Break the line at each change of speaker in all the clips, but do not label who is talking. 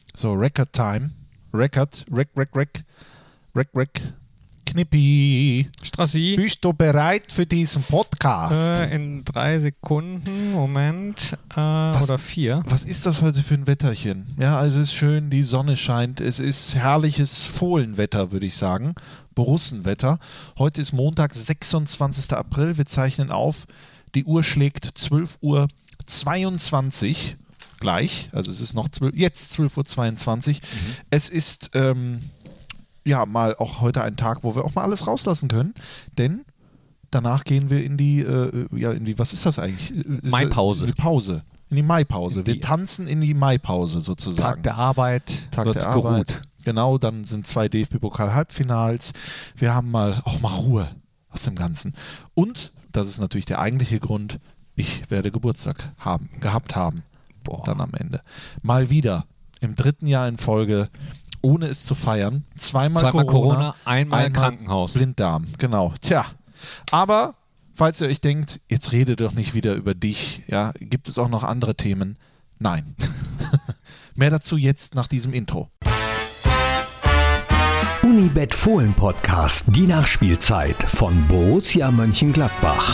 So, Record Time. Record. Knippi.
Strassi.
Bist du bereit für diesen Podcast?
In 3 Sekunden. Moment. Oder 4.
Was ist das heute für ein Wetterchen? Ja, also es ist schön, die Sonne scheint. Es ist herrliches Fohlenwetter, würde ich sagen. Borussenwetter. Heute ist Montag, 26. April. Wir zeichnen auf. Die Uhr schlägt 12:22 Uhr. Gleich. Also es ist noch jetzt 12:22 Uhr. Es ist mal auch heute ein Tag, wo wir auch mal alles rauslassen können. Denn danach gehen wir in die, was ist das eigentlich?
Maipause.
Die Pause. In die Maipause. Wir tanzen in die Maipause sozusagen.
Tag der Arbeit.
Tag der Arbeit. Geruht. Genau, dann sind 2 DFB-Pokal-Halbfinals. Wir haben auch mal Ruhe aus dem Ganzen. Und, das ist natürlich der eigentliche Grund, ich werde Geburtstag gehabt haben.
Boah.
Dann am Ende. Mal wieder im 3. Jahr in Folge, ohne es zu feiern. Zweimal Corona,
einmal Krankenhaus.
Blinddarm, genau. Tja, aber falls ihr euch denkt, jetzt rede doch nicht wieder über dich, ja, gibt es auch noch andere Themen? Nein. Mehr dazu jetzt nach diesem Intro.
Unibet Fohlen Podcast, die Nachspielzeit von Borussia Mönchengladbach.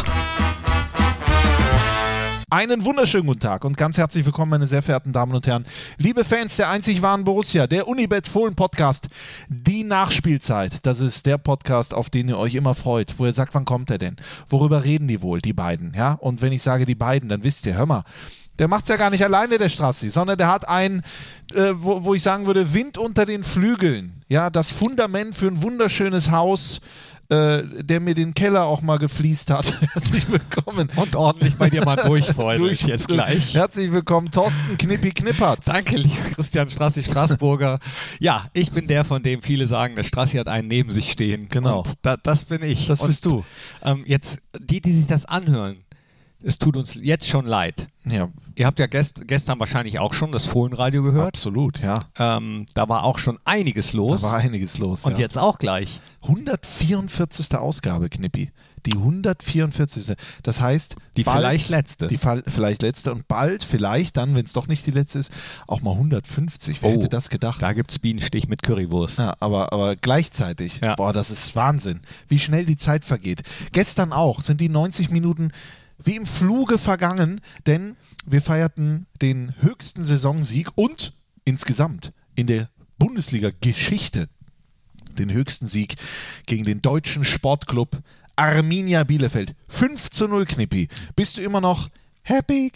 Einen wunderschönen guten Tag und ganz herzlich willkommen, meine sehr verehrten Damen und Herren. Liebe Fans der einzig wahren Borussia, der Unibet Fohlen Podcast, die Nachspielzeit. Das ist der Podcast, auf den ihr euch immer freut, wo ihr sagt, wann kommt er denn? Worüber reden die wohl, die beiden? Ja? Und wenn ich sage die beiden, dann wisst ihr, hör mal, der macht es ja gar nicht alleine, der Strassi, sondern der hat einen, wo ich sagen würde, Wind unter den Flügeln. Ja, das Fundament für ein wunderschönes Haus, der mir den Keller auch mal gefliest hat. Herzlich willkommen.
Und ordentlich bei dir mal durchfeuert jetzt gleich.
Herzlich willkommen, Thorsten Knippi Knippertz.
Danke, lieber Christian Strassi Straßburger. Ja, ich bin der, von dem viele sagen, der Strassi hat einen neben sich stehen.
Genau.
Und das bin ich.
Das bist du.
Jetzt, die sich das anhören, es tut uns jetzt schon leid.
Ja.
Ihr habt ja gestern wahrscheinlich auch schon das Fohlenradio gehört.
Absolut, ja.
Da war auch schon einiges los. Und jetzt auch gleich.
144. Ausgabe, Knippi. Die 144. Das heißt,
die
bald,
vielleicht letzte.
Die vielleicht letzte und bald, vielleicht dann, wenn es doch nicht die letzte ist, auch mal 150. Wer hätte das gedacht?
Da gibt es Bienenstich mit Currywurst.
Ja, aber gleichzeitig.
Ja.
Boah, das ist Wahnsinn, wie schnell die Zeit vergeht. Gestern auch sind die 90 Minuten wie im Fluge vergangen, denn wir feierten den höchsten Saisonsieg und insgesamt in der Bundesliga-Geschichte den höchsten Sieg gegen den deutschen Sportclub Arminia Bielefeld. 5:0, Knippi. Bist du immer noch happy?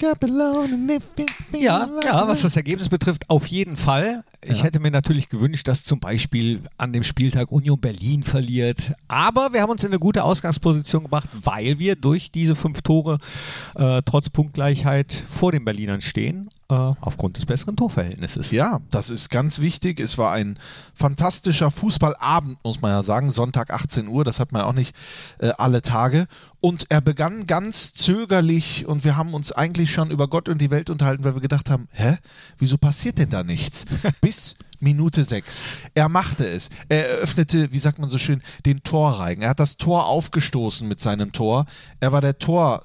Ja, was das Ergebnis betrifft, auf jeden Fall. Ich hätte mir natürlich gewünscht, dass zum Beispiel an dem Spieltag Union Berlin verliert. Aber wir haben uns in eine gute Ausgangsposition gebracht, weil wir durch diese 5 Tore trotz Punktgleichheit vor den Berlinern stehen. Aufgrund des besseren Torverhältnisses.
Ja, das ist ganz wichtig. Es war ein fantastischer Fußballabend, muss man ja sagen. Sonntag 18 Uhr, das hat man ja auch nicht alle Tage. Und er begann ganz zögerlich und wir haben uns eigentlich schon über Gott und die Welt unterhalten, weil wir gedacht haben, wieso passiert denn da nichts? Bis Minute 6. Er machte es. Er eröffnete, wie sagt man so schön, den Torreigen. Er hat das Tor aufgestoßen mit seinem Tor. Er war der Tor.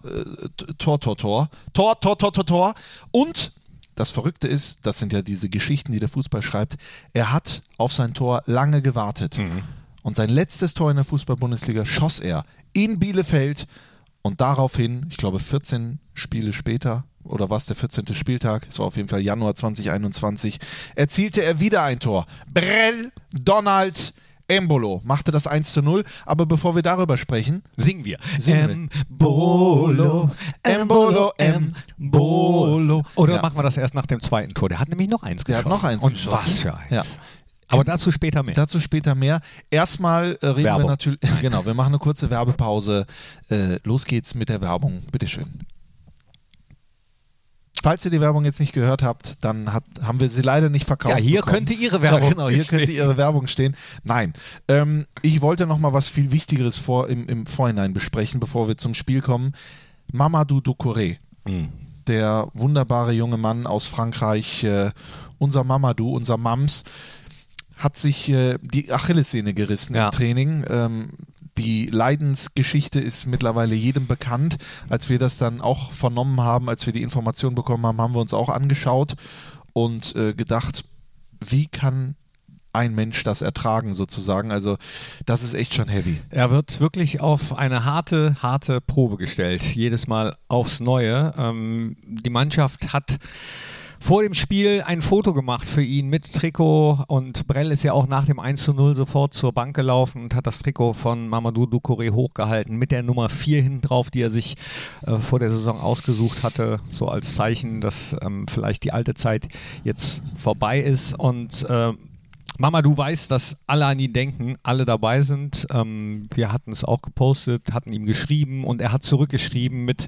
Und das Verrückte ist, das sind ja diese Geschichten, die der Fußball schreibt, er hat auf sein Tor lange gewartet. Und sein letztes Tor in der Fußball-Bundesliga schoss er in Bielefeld und daraufhin, ich glaube 14 Spiele später, oder war es der 14. Spieltag, es war auf jeden Fall Januar 2021, erzielte er wieder ein Tor. Brell Donald Embolo machte das 1:0, aber bevor wir darüber sprechen,
singen wir.
Embolo, Embolo, Embolo.
Oder machen wir das erst nach dem 2. Tor? Der hat nämlich noch eins geschossen.
Der hat noch eins geschossen.
Was für eins.
Ja.
Aber dazu später mehr.
Erstmal reden wir natürlich, genau, wir machen eine kurze Werbepause. Los geht's mit der Werbung. Bitteschön. Falls ihr die Werbung jetzt nicht gehört habt, dann haben wir sie leider nicht verkauft.
Ja, hier
bekommen.
könnte Ihre Werbung stehen.
Genau, hier könnte Ihre Werbung stehen. Nein, ich wollte noch mal was viel Wichtigeres im Vorhinein besprechen, bevor wir zum Spiel kommen. Mamadou Doucouré, der wunderbare junge Mann aus Frankreich, unser Mamadou, unser Mams, hat sich die Achillessehne gerissen im Training. Die Leidensgeschichte ist mittlerweile jedem bekannt. Als wir das dann auch vernommen haben, als wir die Information bekommen haben, haben wir uns auch angeschaut und gedacht, wie kann ein Mensch das ertragen sozusagen? Also das ist echt schon heavy.
Er wird wirklich auf eine harte Probe gestellt, jedes Mal aufs Neue. Die Mannschaft hat vor dem Spiel ein Foto gemacht für ihn mit Trikot und Brell ist ja auch nach dem 1:0 sofort zur Bank gelaufen und hat das Trikot von Mamadou Doucouré hochgehalten mit der Nummer 4 hinten drauf, die er sich vor der Saison ausgesucht hatte, so als Zeichen, dass vielleicht die alte Zeit jetzt vorbei ist. Und Mamadou weiß, dass alle an ihn denken, alle dabei sind. Wir hatten es auch gepostet, hatten ihm geschrieben und er hat zurückgeschrieben mit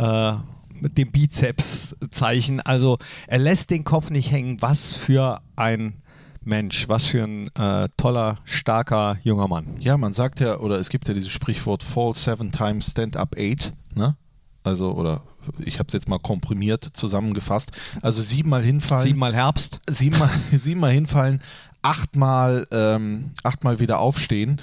dem Bizeps-Zeichen. Also er lässt den Kopf nicht hängen. Was für ein Mensch, was für ein toller, starker, junger Mann.
Ja, man sagt ja, oder es gibt ja dieses Sprichwort Fall 7 times, stand up 8, ne? Also, oder ich habe es jetzt mal komprimiert zusammengefasst. Also 7-mal hinfallen.
7-mal Herbst.
7-mal hinfallen, 8-mal wieder aufstehen.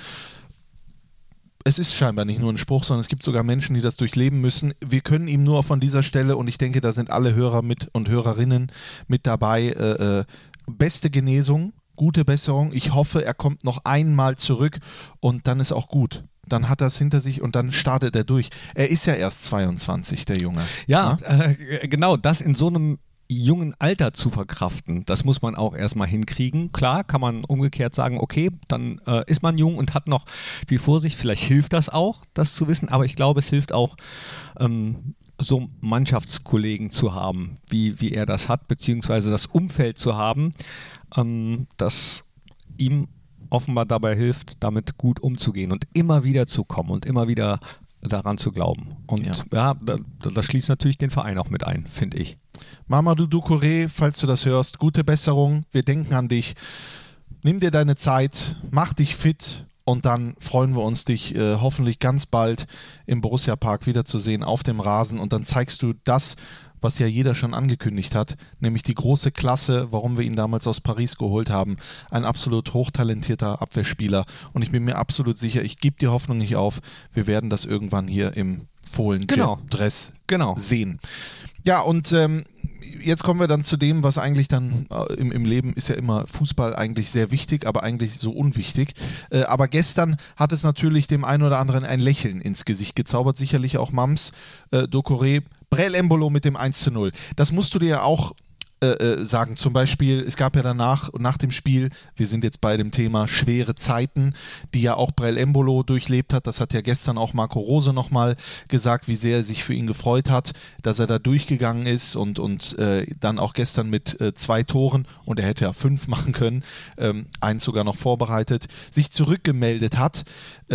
Es ist scheinbar nicht nur ein Spruch, sondern es gibt sogar Menschen, die das durchleben müssen. Wir können ihm nur von dieser Stelle, und ich denke, da sind alle Hörer mit und Hörerinnen mit dabei, beste Genesung, gute Besserung. Ich hoffe, er kommt noch einmal zurück und dann ist auch gut. Dann hat er es hinter sich und dann startet er durch. Er ist ja erst 22, der Junge.
Ja, genau, das in so einem jungen Alter zu verkraften, das muss man auch erstmal hinkriegen. Klar kann man umgekehrt sagen, okay, dann ist man jung und hat noch viel vor sich. Vielleicht hilft das auch, das zu wissen, aber ich glaube, es hilft auch, so Mannschaftskollegen zu haben, wie er das hat, beziehungsweise das Umfeld zu haben, das ihm offenbar dabei hilft, damit gut umzugehen und immer wieder zu kommen und immer wieder daran zu glauben. Und ja, das schließt natürlich den Verein auch mit ein, finde ich.
Mamadou Doucouré, falls du das hörst, gute Besserung. Wir denken an dich. Nimm dir deine Zeit, mach dich fit und dann freuen wir uns, dich hoffentlich ganz bald im Borussia-Park wiederzusehen auf dem Rasen und dann zeigst du das, was ja jeder schon angekündigt hat, nämlich die große Klasse, warum wir ihn damals aus Paris geholt haben. Ein absolut hochtalentierter Abwehrspieler und ich bin mir absolut sicher, ich gebe die Hoffnung nicht auf, wir werden das irgendwann hier im Fohlen-Dress sehen. Ja, und jetzt kommen wir dann zu dem, was eigentlich dann im Leben ist ja immer Fußball eigentlich sehr wichtig, aber eigentlich so unwichtig. Aber gestern hat es natürlich dem einen oder anderen ein Lächeln ins Gesicht gezaubert, sicherlich auch Mams, Doucouré, Breel Embolo mit dem 1:0. Das musst du dir ja auch sagen. Zum Beispiel, es gab ja danach, nach dem Spiel, wir sind jetzt bei dem Thema schwere Zeiten, die ja auch Breel Embolo durchlebt hat. Das hat ja gestern auch Marco Rose nochmal gesagt, wie sehr er sich für ihn gefreut hat, dass er da durchgegangen ist und dann auch gestern mit 2 Toren, und er hätte ja 5 machen können, 1 sogar noch vorbereitet, sich zurückgemeldet hat.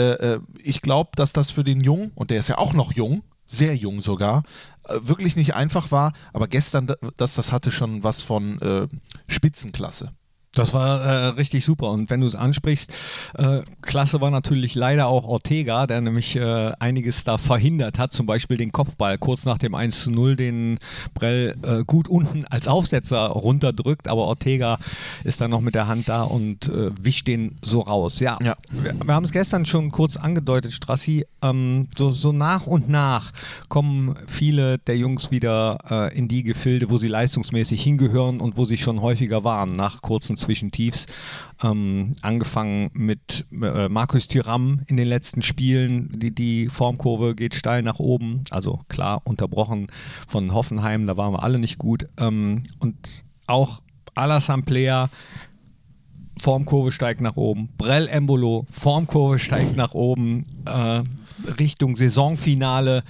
Ich glaube, dass das für den Jungen, und der ist ja auch noch jung, sehr jung sogar, wirklich nicht einfach war, aber gestern, das hatte schon was von Spitzenklasse.
Das war richtig super und wenn du es ansprichst, klasse war natürlich leider auch Ortega, der nämlich einiges da verhindert hat, zum Beispiel den Kopfball kurz nach dem 1:0, den Brell gut unten als Aufsetzer runterdrückt, aber Ortega ist dann noch mit der Hand da und wischt den so raus. Ja. Wir haben es gestern schon kurz angedeutet, Strassi, so nach und nach kommen viele der Jungs wieder in die Gefilde, wo sie leistungsmäßig hingehören und wo sie schon häufiger waren, nach kurzen Zwischentiefs, angefangen mit Marcus Thuram in den letzten Spielen, die Formkurve geht steil nach oben, also klar unterbrochen von Hoffenheim, da waren wir alle nicht gut, und auch Alassane Plea, Formkurve steigt nach oben, Breel Embolo, Formkurve steigt nach oben, Richtung Saisonfinale.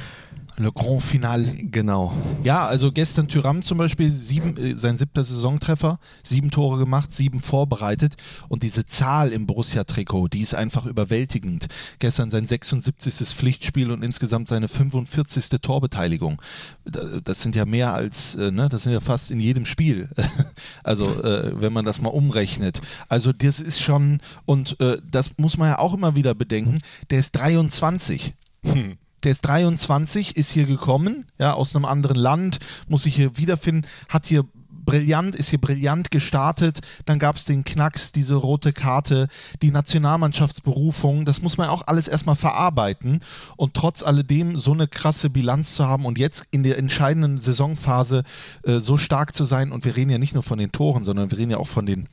Le Grand Finale.
Genau.
Ja, also gestern Thuram zum Beispiel, sein 7. Saisontreffer, 7 Tore gemacht, 7 vorbereitet und diese Zahl im Borussia-Trikot, die ist einfach überwältigend. Gestern sein 76. Pflichtspiel und insgesamt seine 45. Torbeteiligung. Das sind ja mehr als, das sind ja fast in jedem Spiel. Also wenn man das mal umrechnet. Also das ist schon, und das muss man ja auch immer wieder bedenken, der ist 23. Der ist 23, ist hier gekommen, ja, aus einem anderen Land, muss sich hier wiederfinden, hat hier ist hier brillant gestartet, dann gab es den Knacks, diese rote Karte, die Nationalmannschaftsberufung, das muss man auch alles erstmal verarbeiten und trotz alledem so eine krasse Bilanz zu haben und jetzt in der entscheidenden Saisonphase so stark zu sein und wir reden ja nicht nur von den Toren, sondern wir reden ja auch von den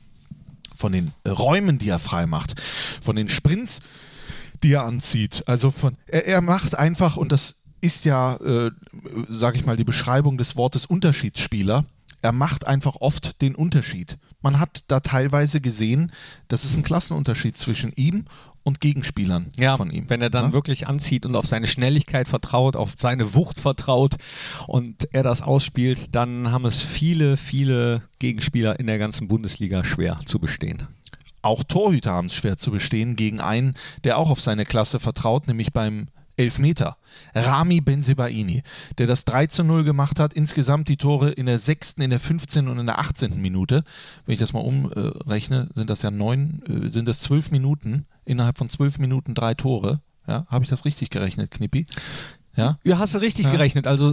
Räumen, die er frei macht, von den Sprints, die er anzieht, also er macht einfach, und das ist ja, sage ich mal, die Beschreibung des Wortes Unterschiedsspieler. Er macht einfach oft den Unterschied. Man hat da teilweise gesehen, das ist ein Klassenunterschied zwischen ihm und Gegenspielern von ihm.
Wenn er dann wirklich anzieht und auf seine Schnelligkeit vertraut, auf seine Wucht vertraut und er das ausspielt, dann haben es viele, viele Gegenspieler in der ganzen Bundesliga schwer zu bestehen.
Auch Torhüter haben es schwer zu bestehen gegen einen, der auch auf seine Klasse vertraut, nämlich beim Elfmeter. Rami Bensebaini, der das 3:0 gemacht hat, insgesamt die Tore in der 6., in der 15. und in der 18. Minute. Wenn ich das mal umrechne, sind das 12 Minuten, innerhalb von 12 Minuten 3 Tore. Ja, habe ich das richtig gerechnet, Knippi? Ja,
hast du richtig gerechnet. Also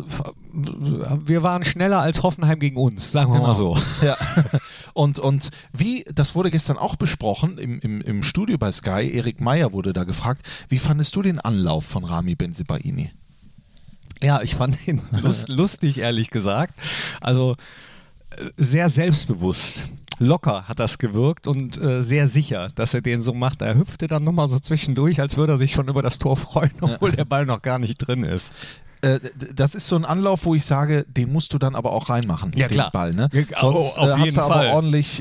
wir waren schneller als Hoffenheim gegen uns, sagen wir mal so.
Ja. Und das wurde gestern auch besprochen im Studio bei Sky, Erik Meyer wurde da gefragt, wie fandest du den Anlauf von Rami Bensebaini?
Ja, ich fand ihn lustig, ehrlich gesagt. Also sehr selbstbewusst. Locker hat das gewirkt und sehr sicher, dass er den so macht. Er hüpfte dann nochmal so zwischendurch, als würde er sich schon über das Tor freuen, obwohl der Ball noch gar nicht drin ist.
Das ist so ein Anlauf, wo ich sage, den musst du dann aber auch reinmachen,
den
Ball. Ne?
Sonst
auf jeden Fall. Aber ordentlich...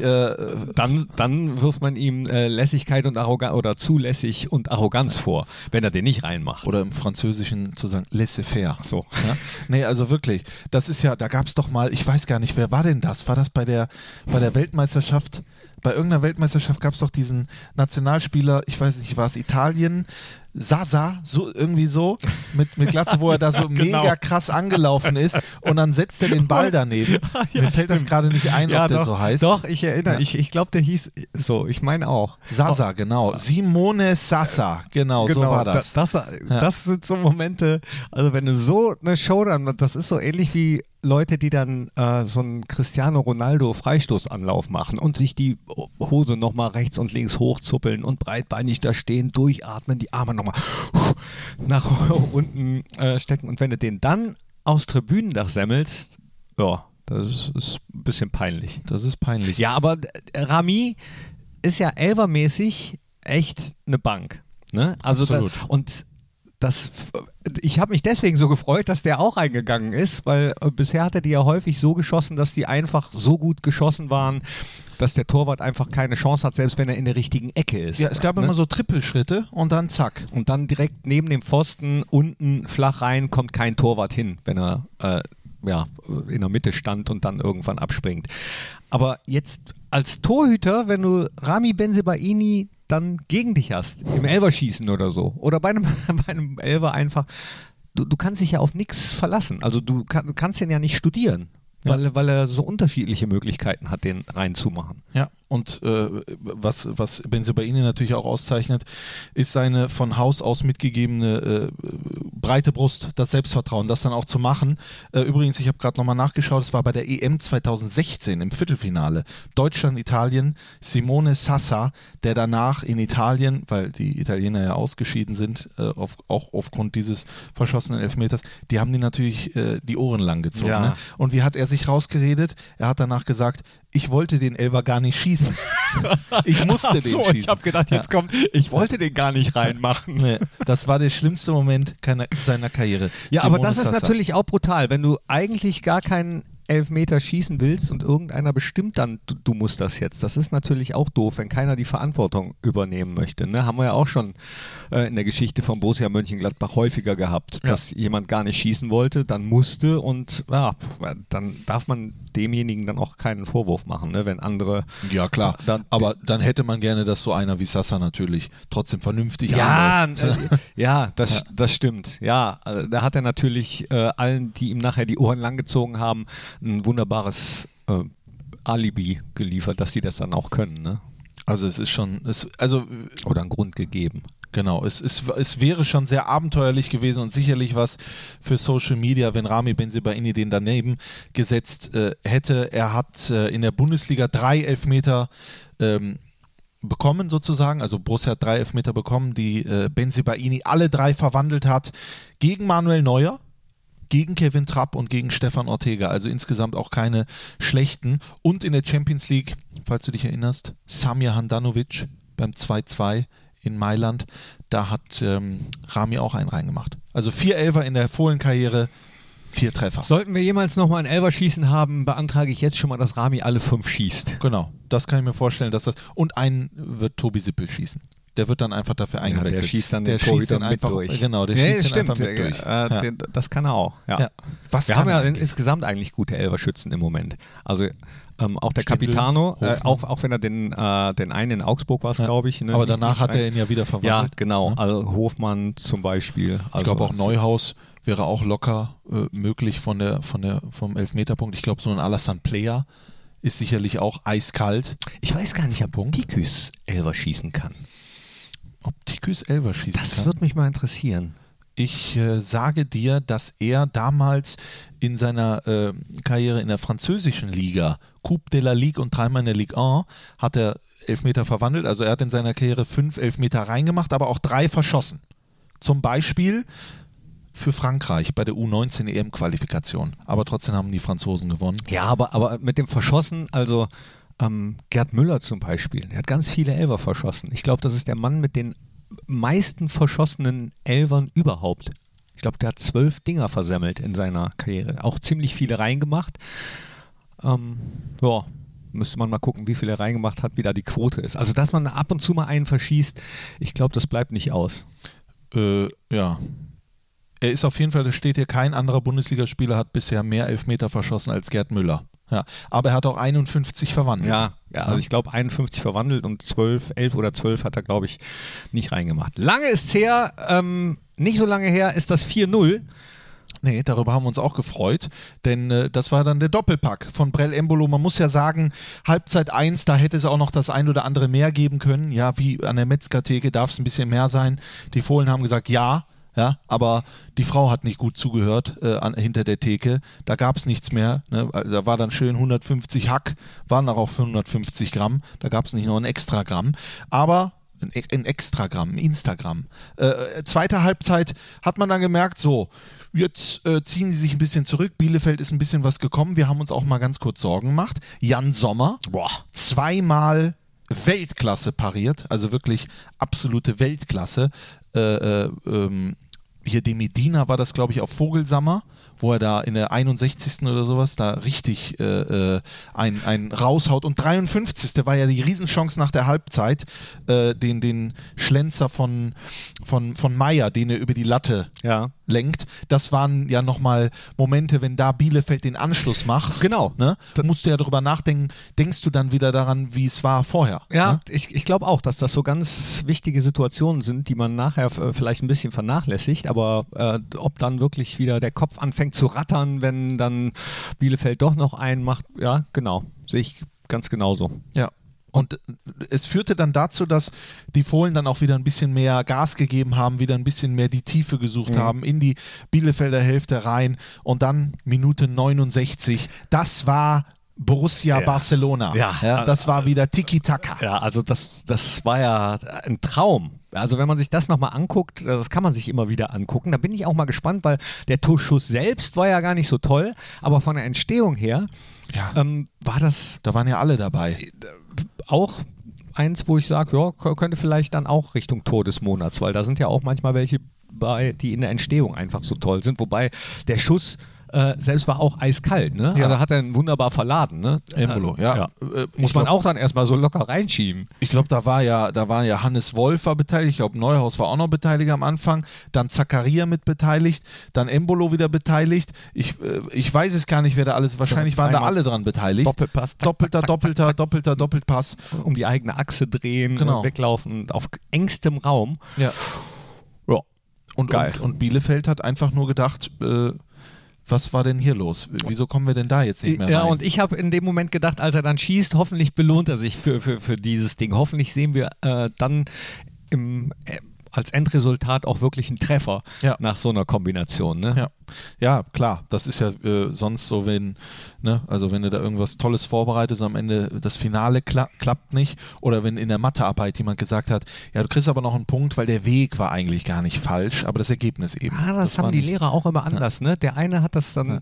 Dann wirft man ihm Lässigkeit und Arroganz oder zulässig und Arroganz vor, wenn er den nicht reinmacht.
Oder im Französischen zu sagen, laissez-faire.
So.
Ja? Nee, also wirklich, das ist ja, da gab es doch mal, ich weiß gar nicht, wer war denn das? War das bei der Weltmeisterschaft? Bei irgendeiner Weltmeisterschaft gab es doch diesen Nationalspieler, ich weiß nicht, war es Italien, Sasa, so irgendwie so, mit Glatze, wo er da so mega krass angelaufen ist und dann setzt er den Ball daneben. Mir fällt das gerade nicht ein, ob der so heißt.
Doch, ich erinnere, ich glaube, der hieß so, ich meine auch.
Sasa, genau. Simone Sasa, genau, so war das.
Das sind so Momente, also wenn du so eine Show dann, das ist so ähnlich wie Leute, die dann so einen Cristiano Ronaldo Freistoßanlauf machen und sich die Hose nochmal rechts und links hochzuppeln und breitbeinig da stehen, durchatmen, die Arme nochmal nach unten stecken. Und wenn du den dann aus Tribünendach semmelst, ja, das ist ein bisschen peinlich.
Das ist peinlich.
Ja, aber Rami ist ja elfermäßig echt eine Bank. Ne? Also
absolut.
Ich habe mich deswegen so gefreut, dass der auch reingegangen ist, weil bisher hat er die ja häufig so geschossen, dass die einfach so gut geschossen waren, dass der Torwart einfach keine Chance hat, selbst wenn er in der richtigen Ecke ist.
Ja, es gab immer so Trippelschritte und dann zack.
Und dann direkt neben dem Pfosten unten flach rein kommt kein Torwart hin, wenn er in der Mitte stand und dann irgendwann abspringt. Aber jetzt als Torhüter, wenn du Rami Bensebaini dann gegen dich hast, im Elferschießen oder so, oder bei einem Elfer einfach, du kannst dich ja auf nichts verlassen. Also du kannst den ja nicht studieren, weil er so unterschiedliche Möglichkeiten hat, den reinzumachen.
Ja, und was Bensebaini natürlich auch auszeichnet, ist seine von Haus aus mitgegebene breite Brust, das Selbstvertrauen, das dann auch zu machen. Übrigens, ich habe gerade nochmal nachgeschaut, es war bei der EM 2016 im Viertelfinale. Deutschland-Italien, Simone Sasa, der danach in Italien, weil die Italiener ja ausgeschieden sind, auch aufgrund dieses verschossenen Elfmeters, die haben die natürlich die Ohren lang gezogen.
Ja.
Ne? Und wie hat er sich rausgeredet? Er hat danach gesagt, ich wollte den Elfer gar nicht schießen. Ich musste den schießen.
Ich habe gedacht, jetzt kommt, ich wollte den gar nicht reinmachen.
Nee, das war der schlimmste Moment seiner Karriere.
Ja,
Simone
aber das
Sasa.
ist natürlich auch brutal, wenn du eigentlich gar keinen Elfmeter schießen willst und irgendeiner bestimmt dann, du musst das jetzt. Das ist natürlich auch doof, wenn keiner die Verantwortung übernehmen möchte. Ne? Haben wir ja auch schon in der Geschichte von Borussia Mönchengladbach häufiger gehabt, dass jemand gar nicht schießen wollte, dann musste und dann darf man demjenigen dann auch keinen Vorwurf machen, ne? Wenn andere...
Ja, klar. Aber dann hätte man gerne, dass so einer wie Sasa natürlich trotzdem vernünftig
das stimmt. Ja, da hat er natürlich allen, die ihm nachher die Ohren langgezogen haben, ein wunderbares Alibi geliefert, dass die das dann auch können. Ne?
Also es ist schon...
Oder einen Grund gegeben.
Genau, es wäre schon sehr abenteuerlich gewesen und sicherlich was für Social Media, wenn Rami Bensebaini den daneben gesetzt hätte. Er hat in der Bundesliga 3 Elfmeter bekommen sozusagen, also Borussia hat 3 Elfmeter bekommen, die Bensebaini alle 3 verwandelt hat gegen Manuel Neuer, gegen Kevin Trapp und gegen Stefan Ortega, also insgesamt auch keine schlechten. Und in der Champions League, falls du dich erinnerst, Samir Handanovic beim 2-2 in Mailand, da hat Rami auch einen reingemacht. Also 4 Elfer in der Fohlenkarriere, 4 Treffer.
Sollten wir jemals nochmal ein Elferschießen haben, beantrage ich jetzt schon mal, dass Rami alle 5 schießt.
Genau, das kann ich mir vorstellen, dass das. Und einen wird Tobi Sippel schießen. Der wird dann einfach dafür eingewechselt.
Der schießt dann
der
den Torhüter
mit einfach durch. Genau, der schießt den einfach mit durch.
Das kann er auch. Ja. Wir haben ja insgesamt eigentlich gute Elferschützen im Moment. Also auch der
Stindl,
Capitano, auch wenn er den einen in Augsburg war, glaube ich. Ne,
aber danach hat er ihn ja wieder verwandelt.
Ja, genau. Ne? Also Hofmann zum Beispiel. Also
ich glaube auch Neuhaus wäre auch locker möglich vom Elfmeterpunkt. Ich glaube, so ein Alassane Player ist sicherlich auch eiskalt.
Ich weiß gar nicht, ob Tiküs Elfer schießen kann.
Ob Tiküs Elfer schießen kann?
Das würde mich mal interessieren.
Ich sage dir, dass er damals in seiner Karriere in der französischen Liga, Coupe de la Ligue und 3-mal in der Ligue 1, hat er Elfmeter verwandelt. Also er hat in seiner Karriere 5 Elfmeter reingemacht, aber auch 3 verschossen. Zum Beispiel für Frankreich bei der U19 EM-Qualifikation. Aber trotzdem haben die Franzosen gewonnen.
Ja, aber mit dem Verschossen, also Gerd Müller zum Beispiel, der hat ganz viele Elfer verschossen. Ich glaube, das ist der Mann mit den meisten verschossenen Elfern überhaupt. Ich glaube, der hat 12 Dinger versemmelt in seiner Karriere. Auch ziemlich viele reingemacht. Müsste man mal gucken, wie viele er reingemacht hat, wie da die Quote ist. Also, dass man ab und zu mal einen verschießt, ich glaube, das bleibt nicht aus.
Ja. Er ist auf jeden Fall, das steht hier, kein anderer Bundesligaspieler hat bisher mehr Elfmeter verschossen als Gerd Müller. Ja, aber er hat auch 51 verwandelt.
Ja, also ich glaube 51 verwandelt und 11 oder 12 hat er, glaube ich, nicht reingemacht. Lange ist's her, nicht so lange her ist das 4-0.
Nee, darüber haben wir uns auch gefreut, denn das war dann der Doppelpack von Brell Embolo. Man muss ja sagen, Halbzeit 1, da hätte es auch noch das ein oder andere mehr geben können. Ja, wie an der Metzgertheke darf es ein bisschen mehr sein. Die Fohlen haben gesagt, ja, aber die Frau hat nicht gut zugehört hinter der Theke. Da gab es nichts mehr. Ne? Da war dann schön 150 Hack, waren auch 150 Gramm. Da gab es nicht noch ein Extragramm. Aber ein Extragramm, ein Instagramm. Zweite Halbzeit hat man dann gemerkt, so, jetzt ziehen sie sich ein bisschen zurück. Bielefeld ist ein bisschen was gekommen. Wir haben uns auch mal ganz kurz Sorgen gemacht. Jan Sommer, 2-mal Weltklasse pariert, also wirklich absolute Weltklasse. Hier de Medina war das, glaube ich, auf Vogelsammer, wo er da in der 61. oder sowas da richtig einen raushaut. Und 53. war ja die Riesenchance nach der Halbzeit, den Schlenzer von Meier, den er über die Latte lenkt. Das waren ja nochmal Momente, wenn da Bielefeld den Anschluss macht.
Genau.
Ne? Da musst du ja drüber nachdenken, denkst du dann wieder daran, wie es war vorher.
Ja,
ne?
Ich glaube auch, dass das so ganz wichtige Situationen sind, die man nachher vielleicht ein bisschen vernachlässigt, aber ob dann wirklich wieder der Kopf anfängt zu rattern, wenn dann Bielefeld doch noch einen macht, ja, genau, sehe ich ganz genauso.
Ja. Und es führte dann dazu, dass die Fohlen dann auch wieder ein bisschen mehr Gas gegeben haben, wieder ein bisschen mehr die Tiefe gesucht haben, in die Bielefelder Hälfte rein. Und dann Minute 69, das war Borussia Barcelona. Ja, das war wieder Tiki-Taka.
Ja, also das war ja ein Traum. Also wenn man sich das nochmal anguckt, das kann man sich immer wieder angucken. Da bin ich auch mal gespannt, weil der Torschuss selbst war ja gar nicht so toll, aber von der Entstehung her war das...
Da waren ja alle dabei.
Auch eins, wo ich sage, ja, könnte vielleicht dann auch Richtung Tor des Monats, weil da sind ja auch manchmal welche bei, die in der Entstehung einfach so toll sind, wobei der Schuss selbst war auch eiskalt, ne?
Ja.
Also hat er ihn wunderbar verladen, ne?
Embolo,
Muss man auch dann erstmal so locker reinschieben.
Ich glaube, da war ja Hannes Wolf war beteiligt, ich glaube Neuhaus war auch noch beteiligt am Anfang, dann Zakaria mit beteiligt, dann Embolo wieder beteiligt. Ich weiß es gar nicht, wer da alles, wahrscheinlich waren da alle dran beteiligt.
Doppelpass.
Doppelpass.
Um die eigene Achse drehen,
genau.
Weglaufen auf engstem Raum.
Ja.
Geil.
Und Bielefeld hat einfach nur gedacht, was war denn hier los? Wieso kommen wir denn da jetzt nicht mehr rein?
Ja, und ich habe in dem Moment gedacht, als er dann schießt, hoffentlich belohnt er sich für dieses Ding. Hoffentlich sehen wir dann als Endresultat auch wirklich ein Treffer nach so einer Kombination. Ne?
Ja, klar. Das ist ja sonst so, wenn du da irgendwas Tolles vorbereitest und am Ende das Finale klappt nicht, oder wenn in der Mathearbeit jemand gesagt hat, ja, du kriegst aber noch einen Punkt, weil der Weg war eigentlich gar nicht falsch, aber das Ergebnis eben.
Das haben die Lehrer auch immer anders. Ne? Der eine hat das dann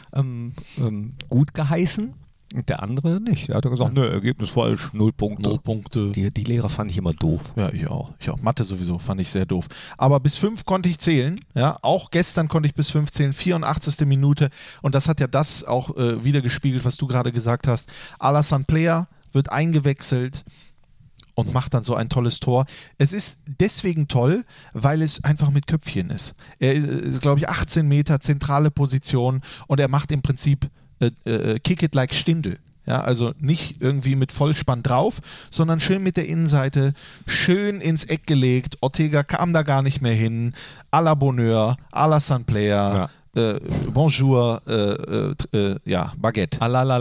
gut geheißen und der andere nicht. Der hat gesagt, nö, Ergebnis falsch, 0 Punkte.
0 Punkte.
Die Lehrer fand ich immer doof.
Ja, ich auch. Mathe sowieso fand ich sehr doof. Aber bis 5 konnte ich zählen. Ja, auch gestern konnte ich bis 5 zählen, 84. Minute. Und das hat ja das auch wieder gespiegelt, was du gerade gesagt hast. Alassane Player wird eingewechselt und macht dann so ein tolles Tor. Es ist deswegen toll, weil es einfach mit Köpfchen ist. Er ist, glaube ich, 18 Meter, zentrale Position, und er macht im Prinzip Kick it like Stindl. Ja, also nicht irgendwie mit Vollspann drauf, sondern schön mit der Innenseite, schön ins Eck gelegt. Ortega kam da gar nicht mehr hin. À la Bonheur, Alassane Player, Bonjour, Baguette.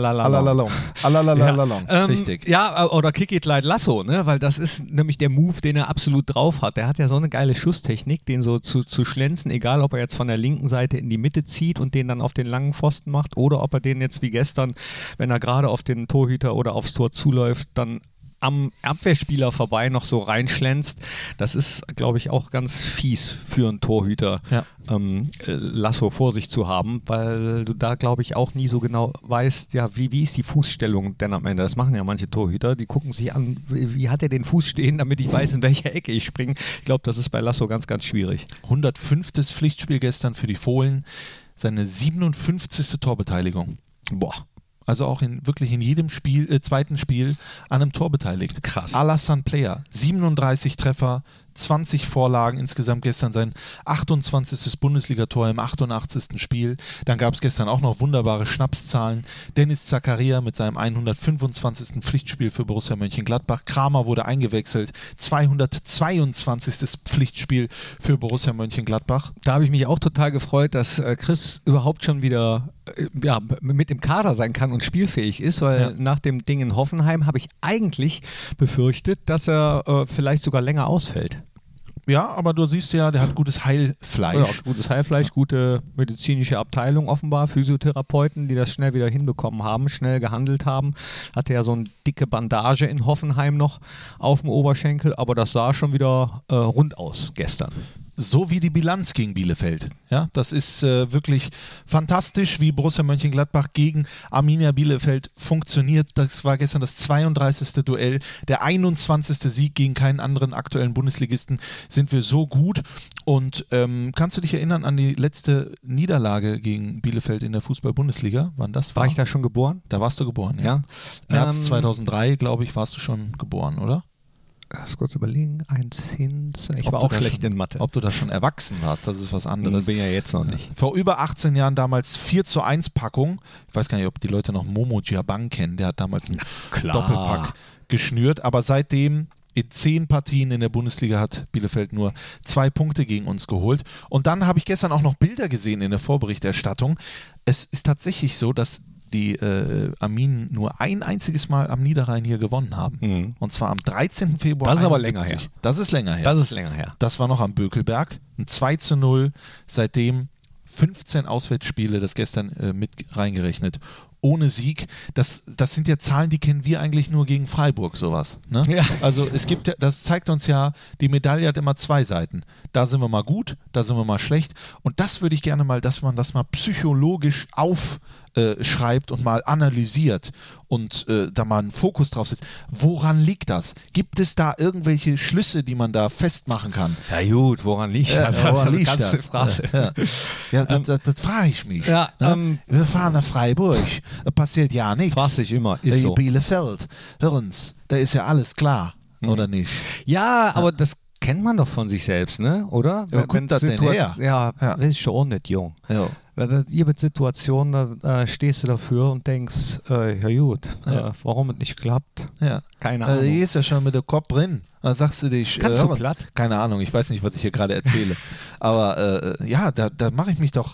Alalalalong.
Richtig.
Ja, oder Kick it like Lasso, ne? Weil das ist nämlich der Move, den er absolut drauf hat. Der hat ja so eine geile Schusstechnik, den so zu schlänzen, egal ob er jetzt von der linken Seite in die Mitte zieht und den dann auf den langen Pfosten macht, oder ob er den jetzt wie gestern, wenn er gerade auf den Torhüter oder aufs Tor zuläuft, dann am Abwehrspieler vorbei noch so reinschlänzt. Das ist, glaube ich, auch ganz fies für einen Torhüter, Lasso vor sich zu haben, weil du da, glaube ich, auch nie so genau weißt, ja, wie ist die Fußstellung denn am Ende? Das machen ja manche Torhüter, die gucken sich an, wie hat er den Fuß stehen, damit ich weiß, in welcher Ecke ich springe. Ich glaube, das ist bei Lasso ganz, ganz schwierig.
105. Pflichtspiel gestern für die Fohlen, seine 57. Torbeteiligung. Boah. Also auch wirklich in jedem zweiten Spiel an einem Tor beteiligt.
Krass.
Alassane Player, 37 Treffer, 20 Vorlagen, insgesamt gestern sein 28. Bundesligator im 88. Spiel. Dann gab es gestern auch noch wunderbare Schnapszahlen. Dennis Zakaria mit seinem 125. Pflichtspiel für Borussia Mönchengladbach. Kramer wurde eingewechselt. 222. Pflichtspiel für Borussia Mönchengladbach.
Da habe ich mich auch total gefreut, dass Chris überhaupt schon wieder mit im Kader sein kann und spielfähig ist, weil nach dem Ding in Hoffenheim habe ich eigentlich befürchtet, dass er vielleicht sogar länger ausfällt.
Ja, aber du siehst ja, der hat gutes Heilfleisch.
Ja, gutes Heilfleisch, gute medizinische Abteilung offenbar, Physiotherapeuten, die das schnell wieder hinbekommen haben, schnell gehandelt haben. Hatte ja so eine dicke Bandage in Hoffenheim noch auf dem Oberschenkel, aber das sah schon wieder rund aus gestern.
So wie die Bilanz gegen Bielefeld. Ja, das ist wirklich fantastisch, wie Borussia Mönchengladbach gegen Arminia Bielefeld funktioniert. Das war gestern das 32. Duell, der 21. Sieg gegen keinen anderen aktuellen Bundesligisten. Sind wir so gut. Und kannst du dich erinnern an die letzte Niederlage gegen Bielefeld in der Fußball-Bundesliga? Wann das war?
War ich da schon geboren?
Da warst du geboren, ja. März 2003, glaube ich, warst du schon geboren, oder?
Lass kurz überlegen, ich war auch schlecht in Mathe.
Ob du da schon erwachsen warst, das ist was anderes.
Bin ja jetzt noch nicht.
Vor über 18 Jahren damals 4:1 Packung. Ich weiß gar nicht, ob die Leute noch Momo Djabang kennen. Der hat damals einen Doppelpack geschnürt. Aber seitdem in 10 Partien in der Bundesliga hat Bielefeld nur 2 Punkte gegen uns geholt. Und dann habe ich gestern auch noch Bilder gesehen in der Vorberichterstattung. Es ist tatsächlich so, dass die Arminen nur ein einziges Mal am Niederrhein hier gewonnen haben. Mhm. Und zwar am 13. Februar.
Das ist aber länger her.
Das ist länger her.
Das ist länger her.
Das war noch am Bökelberg. Ein 2:0. Seitdem 15 Auswärtsspiele, das gestern mit reingerechnet. Ohne Sieg. Das sind ja Zahlen, die kennen wir eigentlich nur gegen Freiburg, sowas. Ne? Ja. Also das zeigt uns ja, die Medaille hat immer 2 Seiten. Da sind wir mal gut, da sind wir mal schlecht. Und das würde ich gerne mal, dass man das mal psychologisch aufschreibt und mal analysiert und da mal einen Fokus drauf setzt. Woran liegt das? Gibt es da irgendwelche Schlüsse, die man da festmachen kann?
Ja gut, woran liegt das?
Woran liegt das? Ja, das frage ich mich. Ja, wir fahren nach Freiburg, da passiert ja nichts.
Fragst dich immer, ist so.
Bielefeld, hören's, da ist ja alles klar, oder nicht?
Ja, aber das kennt man doch von sich selbst, ne? Oder?
Ja, kommt das denn her?
Ja, das ist schon nicht jung. Ja. Ihr mit Situationen, da stehst du dafür und denkst, ja gut, warum es nicht klappt, keine Ahnung.
Hier ist ja schon mit dem Kopf drin. Da sagst du dich,
kannst du platt?
Keine Ahnung, ich weiß nicht, was ich hier gerade erzähle. Aber da mache ich mich doch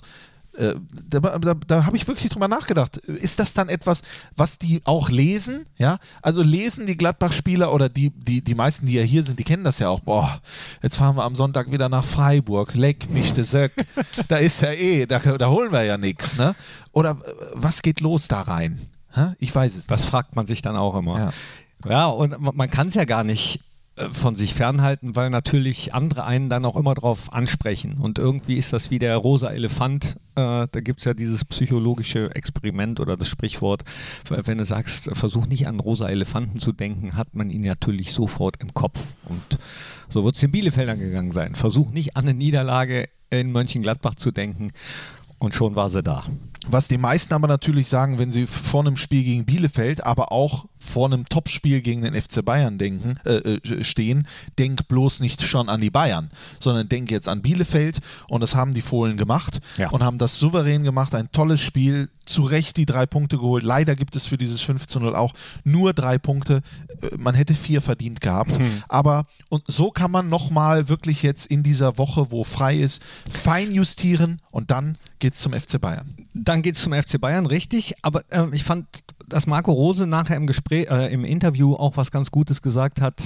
Da habe ich wirklich drüber nachgedacht. Ist das dann etwas, was die auch lesen? Ja? Also lesen die Gladbach-Spieler oder die meisten, die ja hier sind, die kennen das ja auch. Boah, jetzt fahren wir am Sonntag wieder nach Freiburg. Leck mich de Söck. Da ist ja da holen wir ja nichts. Ne? Oder was geht los da rein? Ich weiß es nicht.
Das fragt man sich dann auch immer. Ja, und man kann es ja gar nicht von sich fernhalten, weil natürlich andere einen dann auch immer drauf ansprechen. Und irgendwie ist das wie der rosa Elefant. Da gibt es ja dieses psychologische Experiment oder das Sprichwort, wenn du sagst, versuch nicht an rosa Elefanten zu denken, hat man ihn natürlich sofort im Kopf. Und so wird es den Bielefeldern gegangen sein. Versuch nicht an eine Niederlage in Mönchengladbach zu denken. Und schon war sie da.
Was die meisten aber natürlich sagen, wenn sie vor einem Spiel gegen Bielefeld, aber auch vor einem Topspiel gegen den FC Bayern stehen, denk bloß nicht schon an die Bayern, sondern denk jetzt an Bielefeld, und das haben die Fohlen gemacht und haben das souverän gemacht, ein tolles Spiel, zu Recht die 3 Punkte geholt. Leider gibt es für dieses 5:0 auch nur 3 Punkte, man hätte 4 verdient gehabt, aber und so kann man nochmal wirklich jetzt in dieser Woche, wo frei ist, fein justieren, und dann geht's zum FC Bayern.
Dann geht es zum FC Bayern, richtig. Aber ich fand, dass Marco Rose nachher im Gespräch, im Interview auch was ganz Gutes gesagt hat,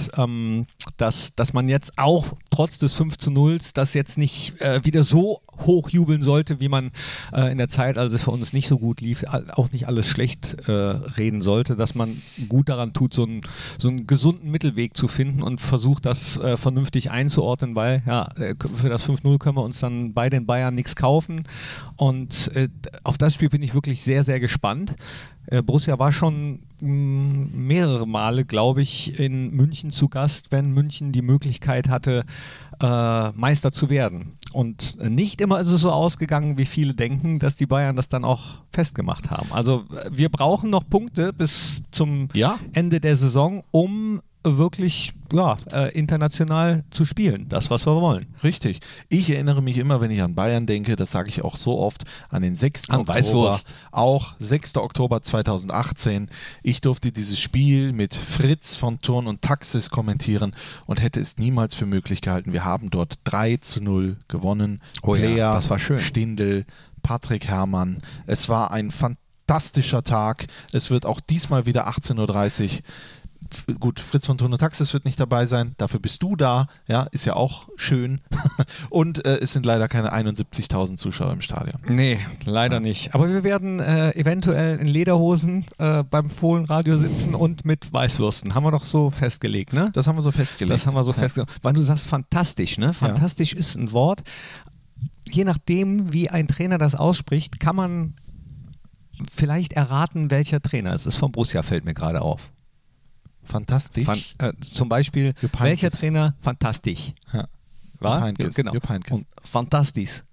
dass man jetzt auch trotz des 5:0 das jetzt nicht wieder so hochjubeln sollte, wie man in der Zeit, als es für uns nicht so gut lief, auch nicht alles schlecht reden sollte, dass man gut daran tut, so einen gesunden Mittelweg zu finden und versucht, das vernünftig einzuordnen, weil für das 5:0 können wir uns dann bei den Bayern nichts kaufen, und auf das Spiel bin ich wirklich sehr, sehr gespannt. Borussia war schon mehrere Male, glaube ich, in München zu Gast, wenn München die Möglichkeit hatte, Meister zu werden. Und nicht immer ist es so ausgegangen, wie viele denken, dass die Bayern das dann auch festgemacht haben. Also wir brauchen noch Punkte bis zum Ende der Saison, um wirklich international zu spielen. Das, was wir wollen.
Richtig. Ich erinnere mich immer, wenn ich an Bayern denke, das sage ich auch so oft, an den 6. Oktober.
Weißwurst.
Auch 6. Oktober 2018. Ich durfte dieses Spiel mit Fritz von Thurn und Taxis kommentieren und hätte es niemals für möglich gehalten. Wir haben dort 3:0 gewonnen. Player,
das war schön.
Stindl, Patrick Herrmann. Es war ein fantastischer Tag. Es wird auch diesmal wieder 18:30 Uhr. Gut, Fritz von Thurn und Taxis wird nicht dabei sein, dafür bist du da, ist ja auch schön. Und es sind leider keine 71.000 Zuschauer im Stadion.
Nee, leider nicht. Aber wir werden eventuell in Lederhosen beim Fohlenradio sitzen und mit Weißwürsten. Haben wir doch so festgelegt, ne?
Das haben wir so festgelegt.
Weil du sagst fantastisch, ne? Fantastisch ist ein Wort. Je nachdem, wie ein Trainer das ausspricht, kann man vielleicht erraten, welcher Trainer es ist. Von Borussia fällt mir gerade auf.
Fantastisch.
Zum Beispiel, welcher Trainer? Fantastisch.
Ja.
War?
Heynckes.
Genau. Und fantastisch.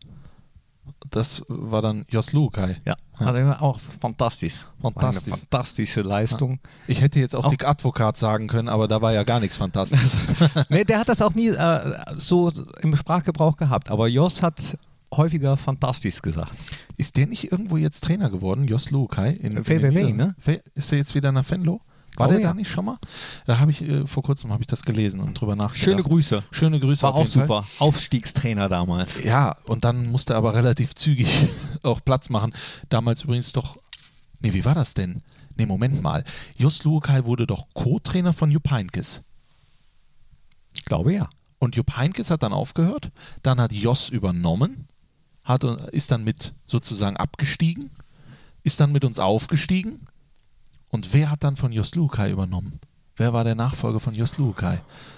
Das war dann Jos Luhukay.
Ja, also auch fantastisch. Eine fantastische Leistung.
Ich hätte jetzt auch Dick Advokat sagen können, aber da war ja gar nichts fantastisch.
Nee, der hat das auch nie so im Sprachgebrauch gehabt, aber Jos hat häufiger fantastisch gesagt.
Ist der nicht irgendwo jetzt Trainer geworden, Jos Luhukay?
VVW, ne?
Ist der jetzt wieder nach Venlo? War der da nicht schon mal? Da habe ich vor kurzem das gelesen und drüber nachgedacht.
Schöne Grüße.
Schöne Grüße.
War auch super. Aufstiegstrainer damals.
Ja, und dann musste er aber relativ zügig auch Platz machen. Damals übrigens doch. Nee, wie war das denn? Nee, Moment mal. Jos Luhukay wurde doch Co-Trainer von Jupp Heynckes.
Ich glaube ja.
Und Jupp Heynckes hat dann aufgehört. Dann hat Jos übernommen. Ist dann mit sozusagen abgestiegen. Ist dann mit uns aufgestiegen. Und wer hat dann von Jos Luhukay übernommen? Wer war der Nachfolger von Jos Luhukay?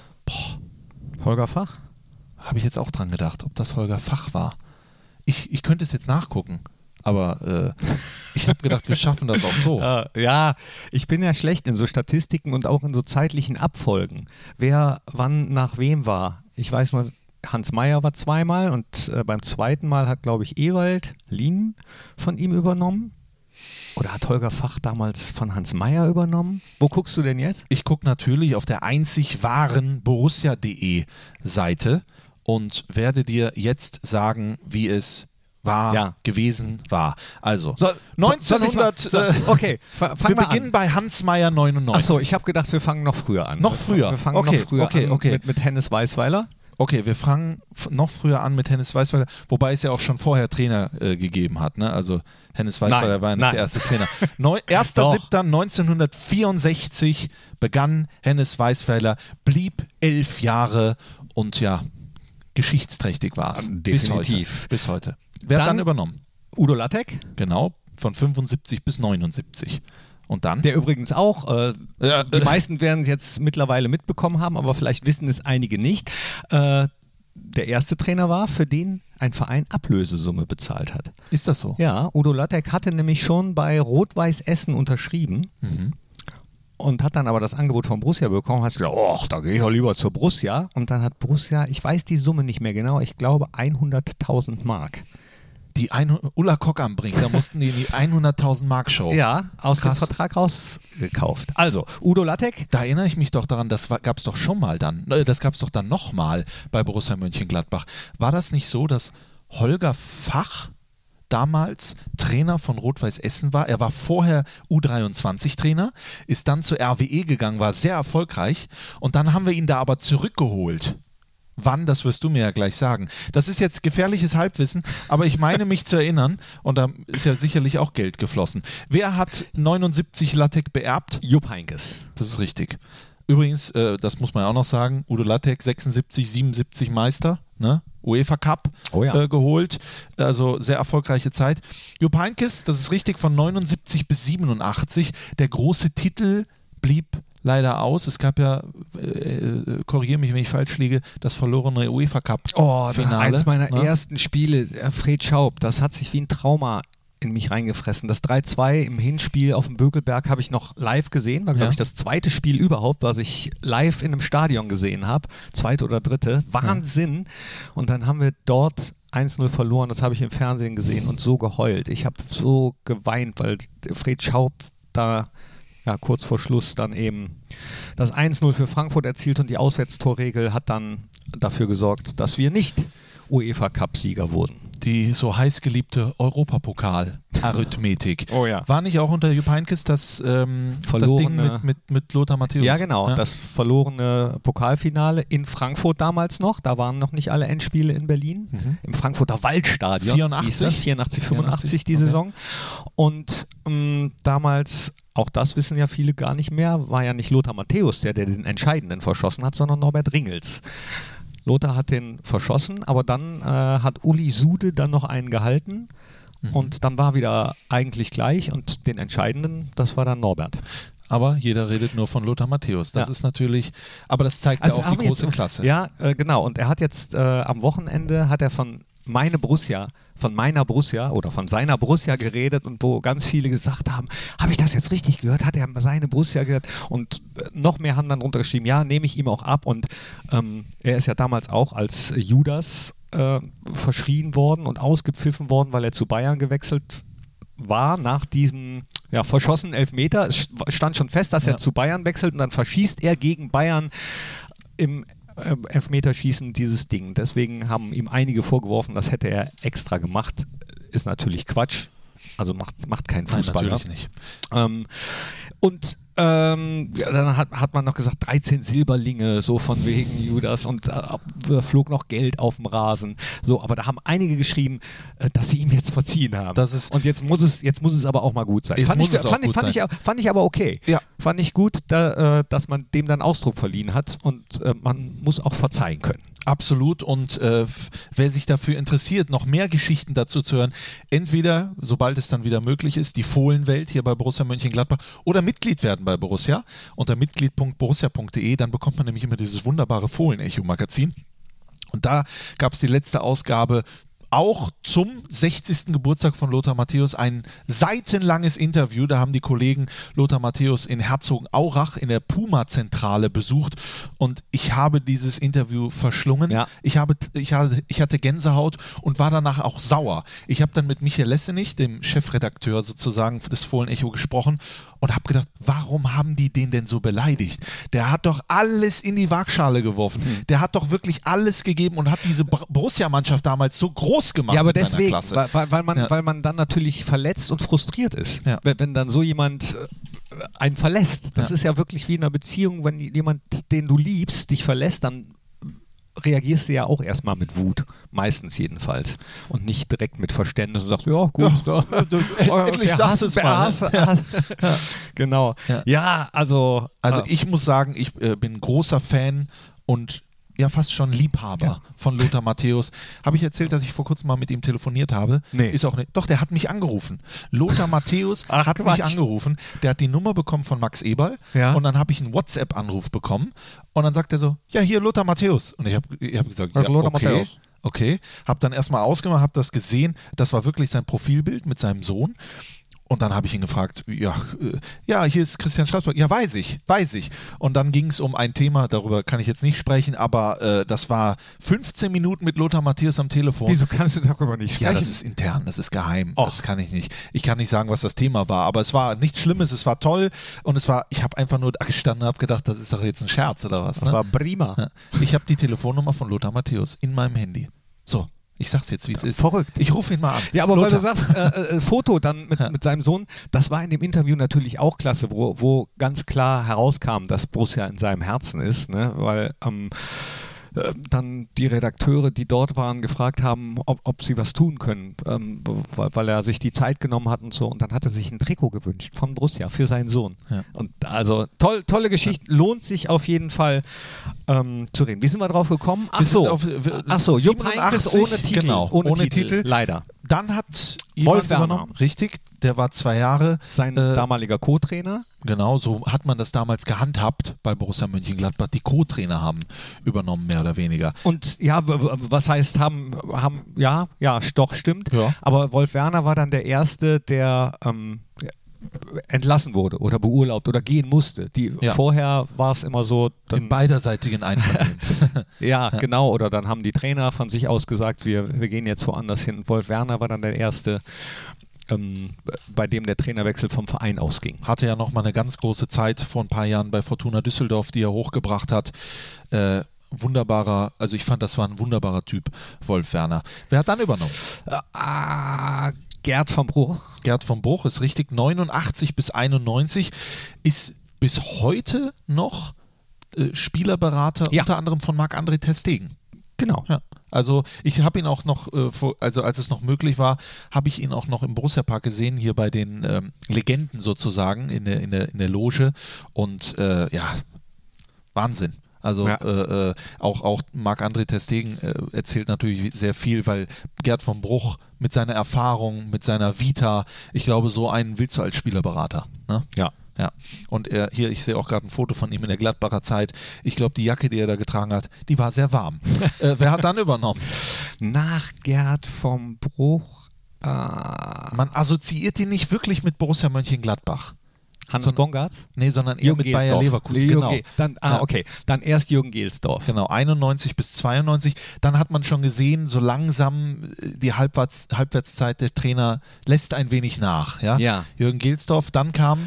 Holger Fach?
Habe ich jetzt auch dran gedacht, ob das Holger Fach war. Ich könnte es jetzt nachgucken, aber ich habe gedacht, wir schaffen das auch so.
Ja, ich bin ja schlecht in so Statistiken und auch in so zeitlichen Abfolgen. Wer wann nach wem war. Ich weiß mal, Hans Meyer war 2-mal und beim 2. Mal hat, glaube ich, Ewald Lien von ihm übernommen. Oder hat Holger Fach damals von Hans Meyer übernommen? Wo guckst du denn jetzt?
Ich gucke natürlich auf der einzig wahren Borussia.de Seite und werde dir jetzt sagen, wie es gewesen war. Also, 1900,
okay,
wir beginnen bei Hans Meyer 99.
Achso, ich habe gedacht, wir fangen noch früher an.
Noch früher?
Wir fangen noch früher an mit Hennes Weißweiler.
Okay, wir fangen noch früher an mit Hennes Weisweiler, wobei es ja auch schon vorher Trainer gegeben hat. Ne? Also Hennes Weisweiler war ja nicht der erste Trainer. 1.7.1964 begann Hennes Weisweiler, blieb 11 Jahre und ja, geschichtsträchtig war es.
Definitiv.
Bis heute. Wer hat dann übernommen?
Udo Lattek.
Genau, von 75 bis 79. Und dann?
Der übrigens auch, die meisten werden es jetzt mittlerweile mitbekommen haben, aber vielleicht wissen es einige nicht, der erste Trainer war, für den ein Verein Ablösesumme bezahlt hat.
Ist das so?
Ja, Udo Lattek hatte nämlich schon bei Rot-Weiß Essen unterschrieben und hat dann aber das Angebot von Borussia bekommen und hat gesagt, da gehe ich ja lieber zur Borussia. Und dann hat Borussia, ich weiß die Summe nicht mehr genau, ich glaube 100.000 Mark.
Die Ulla Kock am Brink, da mussten die in die 100.000 Mark Show.
Ja, aus dem Vertrag rausgekauft. Also, Udo Lattek.
Da erinnere ich mich doch daran, das gab es doch schon mal dann. Das gab es doch dann nochmal bei Borussia Mönchengladbach. War das nicht so, dass Holger Fach damals Trainer von Rot-Weiß Essen war? Er war vorher U23-Trainer, ist dann zur RWE gegangen, war sehr erfolgreich und dann haben wir ihn da aber zurückgeholt. Wann, das wirst du mir ja gleich sagen. Das ist jetzt gefährliches Halbwissen, aber ich meine mich zu erinnern und da ist ja sicherlich auch Geld geflossen. Wer hat 79 Lattek beerbt?
Jupp Heynckes.
Das ist richtig. Übrigens, das muss man ja auch noch sagen, Udo Lattek 76, 77 Meister, ne? UEFA Cup geholt, also sehr erfolgreiche Zeit. Jupp Heynckes, das ist richtig, von 79 bis 87. Der große Titel blieb leider aus. Es gab ja, korrigiere mich, wenn ich falsch liege, das verlorene UEFA Cup-Finale.
Eins meiner ersten Spiele, Fred Schaub, das hat sich wie ein Trauma in mich reingefressen. Das 3-2 im Hinspiel auf dem Bökelberg habe ich noch live gesehen, war, glaube ich, das zweite Spiel überhaupt, was ich live in einem Stadion gesehen habe. Zweite oder dritte. Wahnsinn. Und dann haben wir dort 1-0 verloren, das habe ich im Fernsehen gesehen und so geheult. Ich habe so geweint, weil Fred Schaub da kurz vor Schluss dann eben das 1-0 für Frankfurt erzielt und die Auswärtstorregel hat dann dafür gesorgt, dass wir nicht UEFA-Cup-Sieger wurden.
Die so heiß geliebte Europapokal-Arithmetik. War nicht auch unter Jupp Heynckes das Ding mit Lothar Matthäus?
Ja, genau. Das verlorene Pokalfinale in Frankfurt damals noch. Da waren noch nicht alle Endspiele in Berlin. Im Frankfurter Waldstadion. 84, 85 die Saison. Und damals, auch das wissen ja viele gar nicht mehr, war ja nicht Lothar Matthäus, der den Entscheidenden verschossen hat, sondern Norbert Ringels. Lothar hat den verschossen, aber dann hat Uli Sude dann noch einen gehalten und dann war wieder eigentlich gleich und den Entscheidenden, das war dann Norbert.
Aber jeder redet nur von Lothar Matthäus. Das ist natürlich, aber das zeigt ja auch die große Klasse.
Ja, genau. Und er hat jetzt am Wochenende hat er von meiner Borussia oder von seiner Borussia geredet und wo ganz viele gesagt haben, habe ich das jetzt richtig gehört? Hat er seine Borussia gehört? Und noch mehr haben dann drunter geschrieben, ja, nehme ich ihm auch ab. Und er ist ja damals auch als Judas verschrien worden und ausgepfiffen worden, weil er zu Bayern gewechselt war nach diesem verschossenen Elfmeter. Es stand schon fest, dass er zu Bayern wechselt und dann verschießt er gegen Bayern im Elfmeterschießen dieses Ding. Deswegen haben ihm einige vorgeworfen, das hätte er extra gemacht. Ist natürlich Quatsch. Also macht kein Fußballer.
Nein, natürlich nicht.
Dann hat man noch gesagt, 13 Silberlinge, so von wegen Judas und da flog noch Geld auf dem Rasen. So, aber da haben einige geschrieben, dass sie ihm jetzt verziehen haben. Und jetzt muss es aber auch mal gut sein. Fand ich aber okay. Ja. Fand ich gut, dass man dem dann Ausdruck verliehen hat und man muss auch verzeihen können.
Absolut, und wer sich dafür interessiert, noch mehr Geschichten dazu zu hören, entweder, sobald es dann wieder möglich ist, die Fohlenwelt hier bei Borussia Mönchengladbach oder Mitglied werden bei Borussia unter mitglied.borussia.de, dann bekommt man nämlich immer dieses wunderbare Fohlen-Echo-Magazin. Und da gab es die letzte Ausgabe auch zum 60. Geburtstag von Lothar Matthäus ein seitenlanges Interview. Da haben die Kollegen Lothar Matthäus in Herzogenaurach in der Puma-Zentrale besucht und ich habe dieses Interview verschlungen. Ja. Ich hatte Gänsehaut und war danach auch sauer. Ich habe dann mit Michael Lessenich, dem Chefredakteur sozusagen des Fohlen-Echo, gesprochen und habe gedacht, warum haben die den denn so beleidigt? Der hat doch alles in die Waagschale geworfen. Der hat doch wirklich alles gegeben und hat diese Borussia-Mannschaft damals so groß gemacht.
Ja, aber deswegen, weil man dann natürlich verletzt und frustriert ist. Ja. Wenn dann so jemand einen verlässt. Das ist ja wirklich wie in einer Beziehung, wenn jemand, den du liebst, dich verlässt, dann reagierst du ja auch erstmal mit Wut, meistens jedenfalls. Und nicht direkt mit Verständnis und sagst, ja gut,
endlich sagst du es mal.
Genau. Ja, also
ich muss sagen, ich bin großer Fan und ja fast schon Liebhaber von Lothar Matthäus. Habe ich erzählt, dass ich vor kurzem mal mit ihm telefoniert habe?
Nee.
Ist auch nicht. Doch, der hat mich angerufen. Lothar Matthäus hat mich angerufen. Der hat die Nummer bekommen von Max Eberl und dann habe ich einen WhatsApp-Anruf bekommen und dann sagt er so, ja hier Lothar Matthäus. Und ich hab gesagt, ja, okay. Habe dann erstmal ausgemacht, habe das gesehen. Das war wirklich sein Profilbild mit seinem Sohn. Und dann habe ich ihn gefragt, ja, hier ist Christian Straßburg. Ja, weiß ich. Und dann ging es um ein Thema, darüber kann ich jetzt nicht sprechen, aber das war 15 Minuten mit Lothar Matthäus am Telefon.
Wieso kannst du darüber nicht sprechen?
Ja, das ist intern, das ist geheim. Das kann ich nicht. Ich kann nicht sagen, was das Thema war, aber es war nichts Schlimmes, es war toll und ich habe einfach nur da gestanden und habe gedacht, das ist doch jetzt ein Scherz oder was.
Das war prima.
Ja. Ich habe die Telefonnummer von Lothar Matthäus in meinem Handy. So. Ich sag's jetzt, wie es ist.
Verrückt.
Ich rufe ihn mal an.
Ja, aber Lothar, weil du sagst, Foto dann mit seinem Sohn, das war in dem Interview natürlich auch klasse, wo ganz klar herauskam, dass Borussia in seinem Herzen ist, ne? Weil dann die Redakteure, die dort waren, gefragt haben, ob sie was tun können, weil er sich die Zeit genommen hat und so. Und dann hat er sich ein Trikot gewünscht von Borussia für seinen Sohn. Ja. Und also tolle Geschichte, lohnt sich auf jeden Fall zu reden. Wie sind wir drauf gekommen? Ach so, Jupp Heynckes ohne Titel.
Genau, ohne Titel.
Leider.
Dann hat
Wolf Werner.
Richtig, der war 2 Jahre.
Sein damaliger Co-Trainer.
Genau, so hat man das damals gehandhabt bei Borussia Mönchengladbach. Die Co-Trainer haben übernommen, mehr oder weniger.
Und ja, was heißt stimmt. Ja. Aber Wolf Werner war dann der Erste, der entlassen wurde oder beurlaubt oder gehen musste. Vorher war es immer so...
Im beiderseitigen Einvernehmen.
Ja, genau. Oder dann haben die Trainer von sich aus gesagt, wir gehen jetzt woanders hin. Wolf Werner war dann der Erste, bei dem der Trainerwechsel vom Verein ausging.
Hatte ja nochmal eine ganz große Zeit vor ein paar Jahren bei Fortuna Düsseldorf, die er hochgebracht hat. Wunderbarer, also ich fand, das war ein wunderbarer Typ, Wolf Werner. Wer hat dann übernommen?
Gerd vom Bruch.
Gerd vom Bruch ist richtig, 89 bis 91, ist bis heute noch Spielerberater, unter anderem von Marc-André ter Stegen.
Genau.
Ja. Also ich habe ihn auch noch, als es noch möglich war, habe ich ihn auch noch im Borussia-Park gesehen, hier bei den Legenden sozusagen in der Loge und Wahnsinn. Also auch Marc-André ter Stegen erzählt natürlich sehr viel, weil Gerd vom Bruch mit seiner Erfahrung, mit seiner Vita, ich glaube, so einen willst du als Spielerberater. Ne?
Ja.
Ja, und ich sehe auch gerade ein Foto von ihm in der Gladbacher Zeit. Ich glaube, die Jacke, die er da getragen hat, die war sehr warm. Wer hat dann übernommen?
Nach Gerd vom Bruch.
Man assoziiert ihn nicht wirklich mit Borussia Mönchengladbach.
Hannes Bongartz?
Nee, sondern eher mit Bayer Leverkusen.
Genau. Okay. Dann erst Jürgen Gelsdorf.
Genau, 91 bis 92. Dann hat man schon gesehen, so langsam die Halbwertszeit der Trainer lässt ein wenig nach. Ja? Jürgen Gelsdorf, dann kam...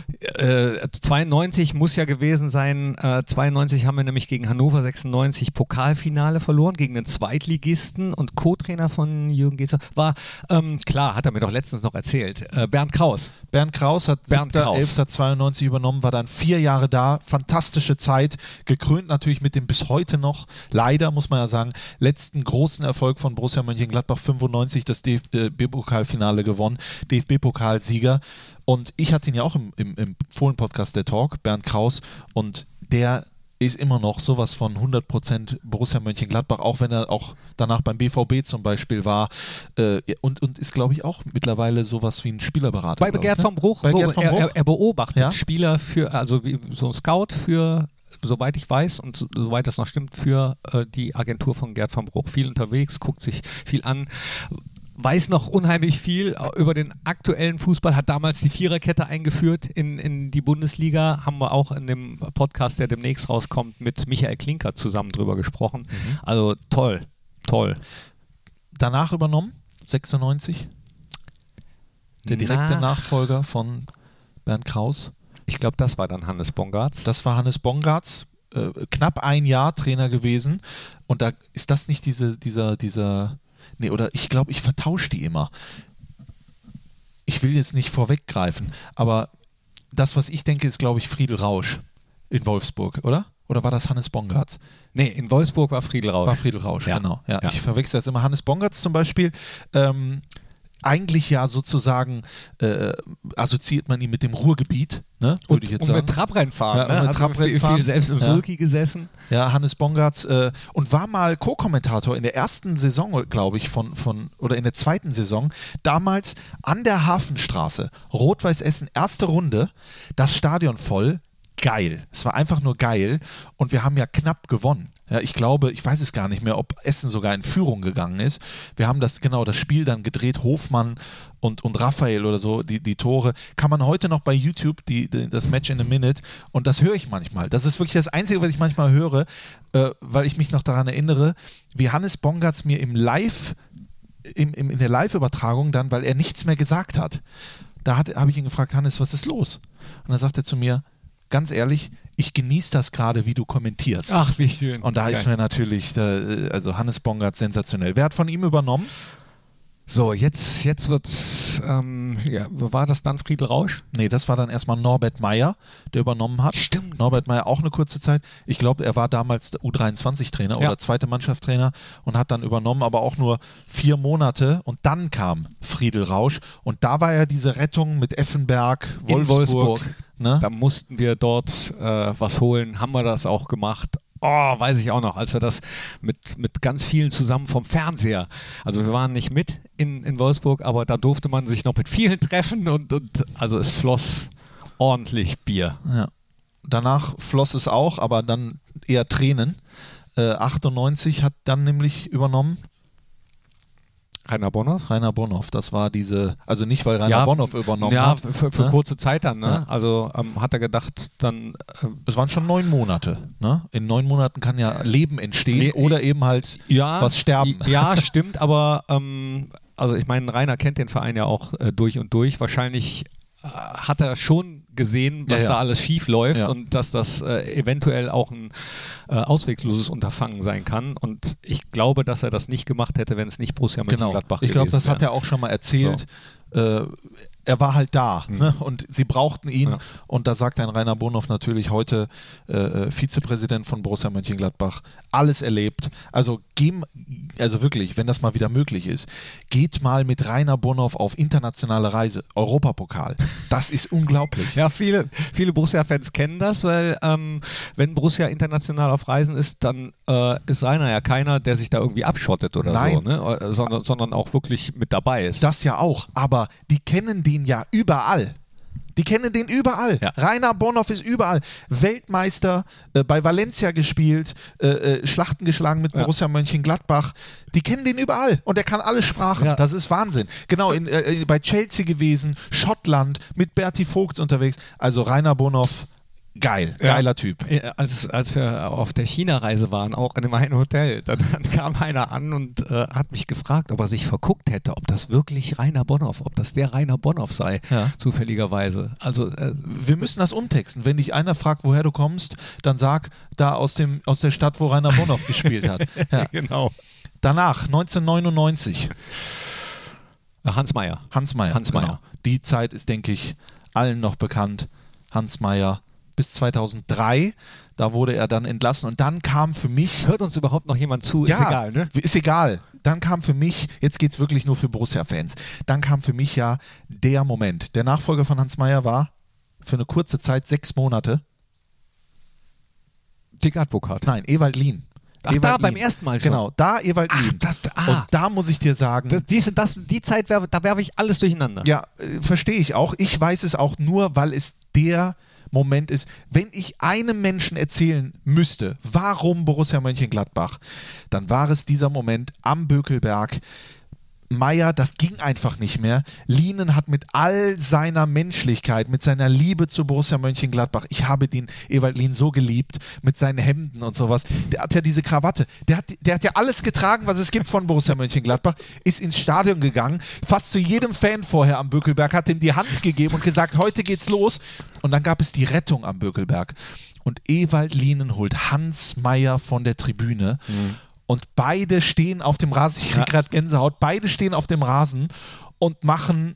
92 muss ja gewesen sein. 92 haben wir nämlich gegen Hannover 96 Pokalfinale verloren, gegen den Zweitligisten und Co-Trainer von Jürgen Gelsdorf war, klar, hat er mir doch letztens noch erzählt, Bernd Kraus.
Bernd Kraus hat 7.11.92 übernommen, war dann 4 Jahre da, fantastische Zeit, gekrönt natürlich mit dem bis heute noch, leider muss man ja sagen, letzten großen Erfolg von Borussia Mönchengladbach, 95 das DFB-Pokalfinale gewonnen, DFB-Pokalsieger und ich hatte ihn ja auch im Fohlen-Podcast der Talk, Bernd Kraus, und der ist immer noch sowas von 100% Borussia Mönchengladbach, auch wenn er auch danach beim BVB zum Beispiel war und ist, glaube ich, auch mittlerweile sowas wie ein Spielerberater.
Bei Gerd vom Bruch, er beobachtet Spieler so ein Scout für, soweit ich weiß und soweit das noch stimmt, für die Agentur von Gerd vom Bruch. Viel unterwegs, guckt sich viel an, weiß noch unheimlich viel über den aktuellen Fußball, hat damals die Viererkette eingeführt in die Bundesliga, haben wir auch in dem Podcast, der demnächst rauskommt, mit Michael Klinker zusammen drüber gesprochen. Mhm. Also toll.
Danach übernommen, 96, der direkte Nachfolger von Bernd Kraus.
Ich glaube, das war dann Hannes Bongartz.
Das war Hannes Bongartz, knapp 1 Jahr Trainer gewesen und da ist das nicht dieser nee, oder ich glaube, ich vertausche die immer. Ich will jetzt nicht vorweggreifen, aber das, was ich denke, ist, glaube ich, Friedel Rausch in Wolfsburg, oder? Oder war das Hannes Bongartz?
Nee, in Wolfsburg war Friedel Rausch.
War Friedel Rausch,
Ja.
genau. Ja,
Ja.
Ich verwechsel das immer. Hannes Bongartz zum Beispiel, eigentlich ja sozusagen assoziiert man ihn mit dem Ruhrgebiet, ne? Würde ich jetzt
und
sagen.
mit Trabrennfahren.
Ja,
ne?
mit
Hat
Trabrennfahren.
viel selbst im
Ja.
Sulki gesessen.
Ja, Hannes Bongartz und war mal Co-Kommentator in der ersten Saison, glaube ich, oder in der zweiten Saison, damals an der Hafenstraße, Rot-Weiß Essen, erste Runde, das Stadion voll, geil. Es war einfach nur geil und wir haben ja knapp gewonnen. Ja, ich glaube, ich weiß es gar nicht mehr, ob Essen sogar in Führung gegangen ist. Wir haben das Spiel dann gedreht, Hofmann und Raphael oder so, die Tore. Kann man heute noch bei YouTube, das Match in a Minute, und das höre ich manchmal. Das ist wirklich das Einzige, was ich manchmal höre, weil ich mich noch daran erinnere, wie Hannes Bongartz mir in der Live-Übertragung dann, weil er nichts mehr gesagt hat, da habe ich ihn gefragt, Hannes, was ist los? Und dann sagt er zu mir, ganz ehrlich, ich genieße das gerade, wie du kommentierst.
Ach, wie schön.
Und da ist mir natürlich, also Hannes Bongartz sensationell. Wer hat von ihm übernommen?
So, jetzt wird's, war das dann Friedel Rausch?
Nee, das war dann erstmal Norbert Meyer, der übernommen hat.
Stimmt.
Norbert Meyer auch eine kurze Zeit. Ich glaube, er war damals der U23-Trainer oder zweite Mannschaftstrainer und hat dann übernommen, aber auch nur 4 Monate. Und dann kam Friedel Rausch und da war ja diese Rettung mit Effenberg, Wolfsburg. Ne?
Da mussten wir dort was holen, haben wir das auch gemacht. Oh, weiß ich auch noch, als wir das mit ganz vielen zusammen vom Fernseher, also wir waren nicht mit in Wolfsburg, aber da durfte man sich noch mit vielen treffen und also es floss ordentlich Bier.
Ja. Danach floss es auch, aber dann eher Tränen. 98 hat dann nämlich übernommen
Rainer Bonhoff,
das war also nicht, weil Rainer Bonhoff übernommen hat.
Ja, für kurze Zeit dann, ne? Ja. Also hat er gedacht, dann...
es waren schon 9 Monate, ne? In 9 Monaten kann ja Leben entstehen oder eben halt was sterben.
Ja, stimmt, aber also ich meine, Rainer kennt den Verein ja auch durch und durch. Wahrscheinlich hat er schon gesehen, was da alles schief läuft und dass das eventuell auch ein auswegsloses Unterfangen sein kann. Und ich glaube, dass er das nicht gemacht hätte, wenn es nicht Borussia Mönchengladbach gewesen wäre.
Ich glaube, das hat er auch schon mal erzählt. So. Er war halt da ne? Und sie brauchten ihn. Ja. Und da sagt ein Rainer Bonhoff natürlich heute Vizepräsident von Borussia Mönchengladbach, alles erlebt. Also wirklich, wenn das mal wieder möglich ist, geht mal mit Rainer Bonhoff auf internationale Reise, Europapokal. Das ist unglaublich.
Ja, viele Borussia-Fans kennen das, weil wenn Borussia international auf Reisen ist, dann ist Rainer ja keiner, der sich da irgendwie abschottet oder so, ne? sondern auch wirklich mit dabei ist.
Das ja auch, aber die kennen den ja überall. Die kennen den überall. Ja. Rainer Bonhoff ist überall. Weltmeister, bei Valencia gespielt, Schlachten geschlagen mit Borussia Mönchengladbach. Die kennen den überall und er kann alle Sprachen. Ja. Das ist Wahnsinn. Genau, bei Chelsea gewesen, Schottland, mit Berti Vogts unterwegs. Also Rainer Bonhoff, geiler Typ.
Als wir auf der China-Reise waren, auch in meinem Hotel, dann kam einer an und hat mich gefragt, ob er sich verguckt hätte, ob das wirklich Rainer Bonhoff, ob das der Rainer Bonhoff sei, zufälligerweise. Also
wir müssen das umtexten. Wenn dich einer fragt, woher du kommst, dann sag da aus der Stadt, wo Rainer Bonhoff gespielt hat. Ja.
Genau.
Danach, 1999. Hans Meyer. Genau. Die Zeit ist, denke ich, allen noch bekannt. Hans Meyer. Bis 2003, da wurde er dann entlassen und dann kam für mich...
Hört uns überhaupt noch jemand zu? Ist egal, ne?
Ist egal. Dann kam für mich, jetzt geht es wirklich nur für Borussia-Fans, dann kam für mich ja der Moment. Der Nachfolger von Hans Meyer war für eine kurze Zeit 6 Monate.
Dick Advokat.
Nein, Ewald Lien.
Ach, Ewald da Lien. Beim ersten Mal schon?
Genau, da Ewald Lien. Und da muss ich dir sagen...
Die Zeit, da werfe ich alles durcheinander.
Ja, verstehe ich auch. Ich weiß es auch nur, weil es der Moment ist, wenn ich einem Menschen erzählen müsste, warum Borussia Mönchengladbach, dann war es dieser Moment am Bökelberg. Meyer, das ging einfach nicht mehr. Lienen hat mit all seiner Menschlichkeit, mit seiner Liebe zu Borussia Mönchengladbach, ich habe den Ewald Lien so geliebt, mit seinen Hemden und sowas, der hat ja diese Krawatte, der hat ja alles getragen, was es gibt von Borussia Mönchengladbach, ist ins Stadion gegangen, fast zu jedem Fan vorher am Bökelberg, hat ihm die Hand gegeben und gesagt, heute geht's los. Und dann gab es die Rettung am Bökelberg. Und Ewald Lien holt Hans Meyer von der Tribüne. Und beide stehen auf dem Rasen, ich kriege gerade Gänsehaut, beide stehen auf dem Rasen und machen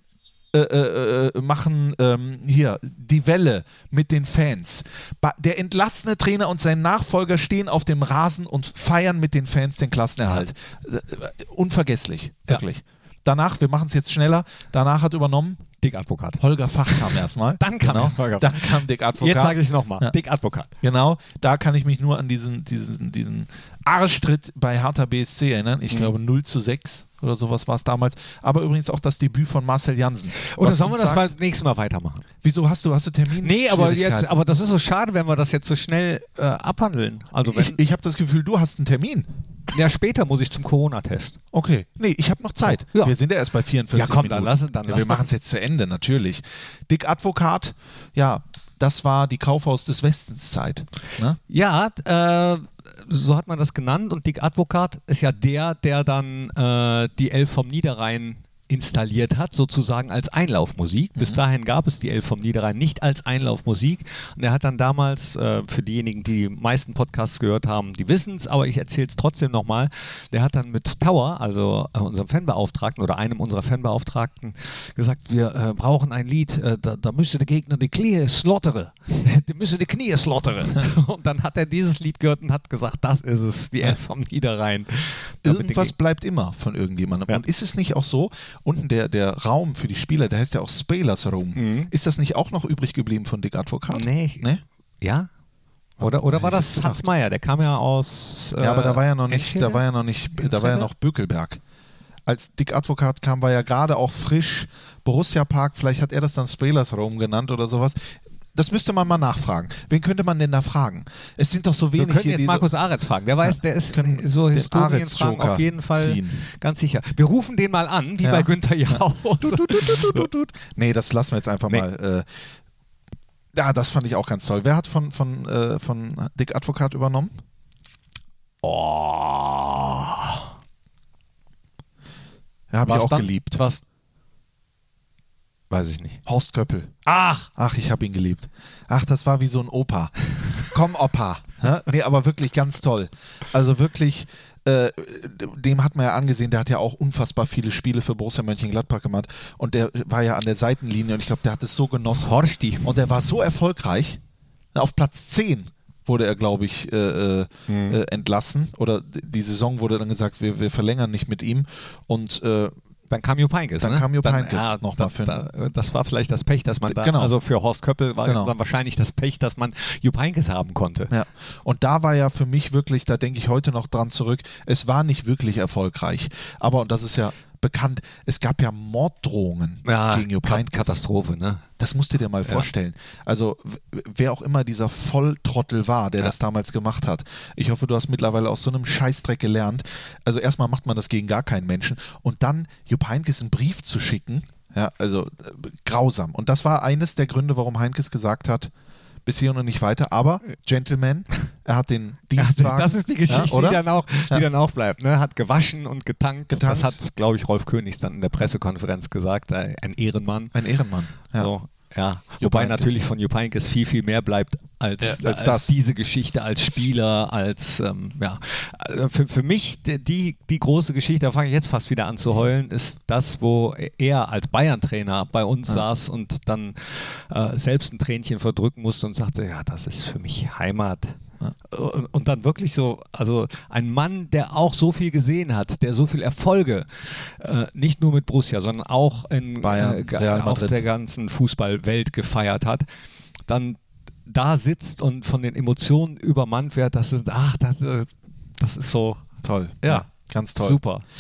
machen hier die Welle mit den Fans. Der entlassene Trainer und sein Nachfolger stehen auf dem Rasen und feiern mit den Fans den Klassenerhalt. Unvergesslich, wirklich. Danach, wir machen es jetzt schneller, danach hat übernommen
Dick Advokat.
Holger Fach kam erstmal.
Dann kam
Dann kam Dick Advokat.
Jetzt sage ich es nochmal.
Ja.
Dick Advokat.
Genau, da kann ich mich nur an diesen Arschtritt bei Hertha BSC erinnern. Ich glaube 0:6 oder sowas war es damals. Aber übrigens auch das Debüt von Marcel Jansen.
Oder sollen wir das beim nächsten Mal weitermachen?
Wieso hast du Termin?
Nee, aber das ist so schade, wenn wir das jetzt so schnell abhandeln. Also
ich habe das Gefühl, du hast einen Termin.
Ja, später muss ich zum Corona-Test.
Okay, nee, ich habe noch Zeit.
Ja.
Wir sind ja erst bei 44
Ja, komm,
Minuten.
dann lass
wir machen es jetzt zu Ende, natürlich. Dick Advokat, ja, das war die Kaufhaus des Westens Zeit. Ne?
Ja, so hat man das genannt. Und Dick Advokat ist ja der dann die Elf vom Niederrhein installiert hat, sozusagen als Einlaufmusik. Bis dahin gab es die Elf vom Niederrhein nicht als Einlaufmusik. Und er hat dann damals, für diejenigen, die meisten Podcasts gehört haben, die wissen es, aber ich erzähle es trotzdem nochmal, der hat dann mit Tower, also unserem Fanbeauftragten oder einem unserer Fanbeauftragten, gesagt, wir brauchen ein Lied, da müsste der Gegner die Knie slottere. Der müsste die Knie slottere. Und dann hat er dieses Lied gehört und hat gesagt, das ist es, die Elf vom Niederrhein.
Irgendwas bleibt immer von irgendjemandem. Ja. Und ist es nicht auch so, unten der Raum für die Spieler, der heißt ja auch Spelers Room. Ist das nicht auch noch übrig geblieben von Dick Advokat?
Nee? Ja? Oder war das Hans Meyer? Der kam ja aus
ja, aber da war ja noch
Enschede?
noch Bökelberg. Als Dick Advokat kam, war ja gerade auch frisch Borussia Park, vielleicht hat er das dann Spelers Room genannt oder sowas. Das müsste man mal nachfragen. Wen könnte man denn da fragen? Es sind doch so wenig
hier. Wir können
hier
jetzt Markus Aretz fragen. Der weiß, der ist so Historienfragen auf jeden Fall ganz sicher. Wir rufen den mal an, wie bei Günther Jauch.
Nee, das lassen wir jetzt einfach mal. Ja, das fand ich auch ganz toll. Wer hat von Dick Advokat übernommen?
Oh.
Ja, habe ich auch geliebt.
Was? Weiß ich nicht.
Horst Köppel.
Ach,
ich habe ihn geliebt. Ach, das war wie so ein Opa. Komm, Opa. Nee, aber wirklich ganz toll. Also wirklich, dem hat man ja angesehen, der hat ja auch unfassbar viele Spiele für Borussia Mönchengladbach gemacht und der war ja an der Seitenlinie und ich glaube, der hat es so genossen.
Horsti.
Und der war so erfolgreich. Auf Platz 10 wurde er, glaube ich, entlassen oder die Saison wurde dann gesagt, wir verlängern nicht mit ihm und
dann kam Jupp Heynckes.
Nochmal für
das war vielleicht das Pech, dass man da, also für Horst Köppel war dann wahrscheinlich das Pech, dass man Jupp Heynckes haben konnte.
Ja, und da war ja für mich wirklich, da denke ich heute noch dran zurück, es war nicht wirklich erfolgreich. Aber, und das ist ja bekannt, es gab ja Morddrohungen gegen Jupp Heynckes.
Katastrophe, ne?
Das musst du dir mal vorstellen. Also wer auch immer dieser Volltrottel war, der das damals gemacht hat. Ich hoffe, du hast mittlerweile aus so einem Scheißdreck gelernt. Also erstmal macht man das gegen gar keinen Menschen und dann Jupp Heynckes einen Brief zu schicken, ja, also grausam. Und das war eines der Gründe, warum Heynckes gesagt hat, bis hier und nicht weiter, aber Gentleman, er hat den Dienstwagen.
Das ist die Geschichte, die dann auch bleibt. Ne? Hat gewaschen und getankt. Das hat, glaube ich, Rolf Königs dann in der Pressekonferenz gesagt. Ein Ehrenmann.
Ein Ehrenmann, ja.
So, ja. Wobei natürlich von Jupp Heynckes viel, viel mehr bleibt als diese Geschichte, als Spieler, als für mich die große Geschichte, da fange ich jetzt fast wieder an zu heulen, ist das, wo er als Bayern-Trainer bei uns saß und dann selbst ein Tränchen verdrücken musste und sagte, ja, das ist für mich Heimat. Und dann wirklich so, also ein Mann, der auch so viel gesehen hat, der so viel Erfolge, nicht nur mit Borussia, sondern auch in
Bayern,
auf der ganzen Fußballwelt gefeiert hat, dann da sitzt und von den Emotionen übermannt wird, das ist so
toll.
Ja.
Ganz toll.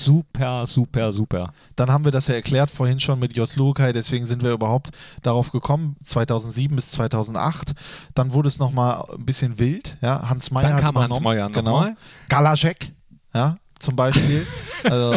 Super.
Dann haben wir das ja erklärt vorhin schon mit Jos Luhukay, deswegen sind wir überhaupt darauf gekommen, 2007 bis 2008. Dann wurde es nochmal ein bisschen wild. Ja? Hans Meyer
hat übernommen. Hans Meyer
genau. Galacek, ja, zum Beispiel. Also,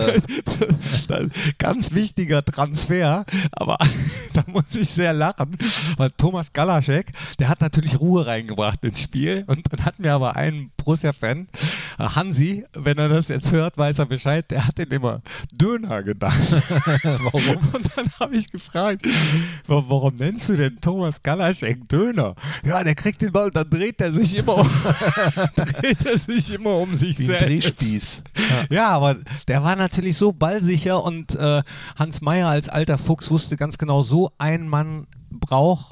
ganz wichtiger Transfer, aber da muss ich sehr lachen, weil Thomas Galacek, der hat natürlich Ruhe reingebracht ins Spiel und dann hatten wir aber einen Borussia-Fan, Hansi, wenn er das jetzt hört, weiß er Bescheid, der hat den immer Döner gedacht.
Warum?
Und dann habe ich gefragt, warum nennst du denn Thomas Galaschek Döner? Ja, der kriegt den Ball und dann dreht er sich immer um sich
Wie ein
selbst.
Drehspieß.
Ja, aber der war natürlich so ballsicher und Hans Meyer als alter Fuchs wusste ganz genau, so ein Mann braucht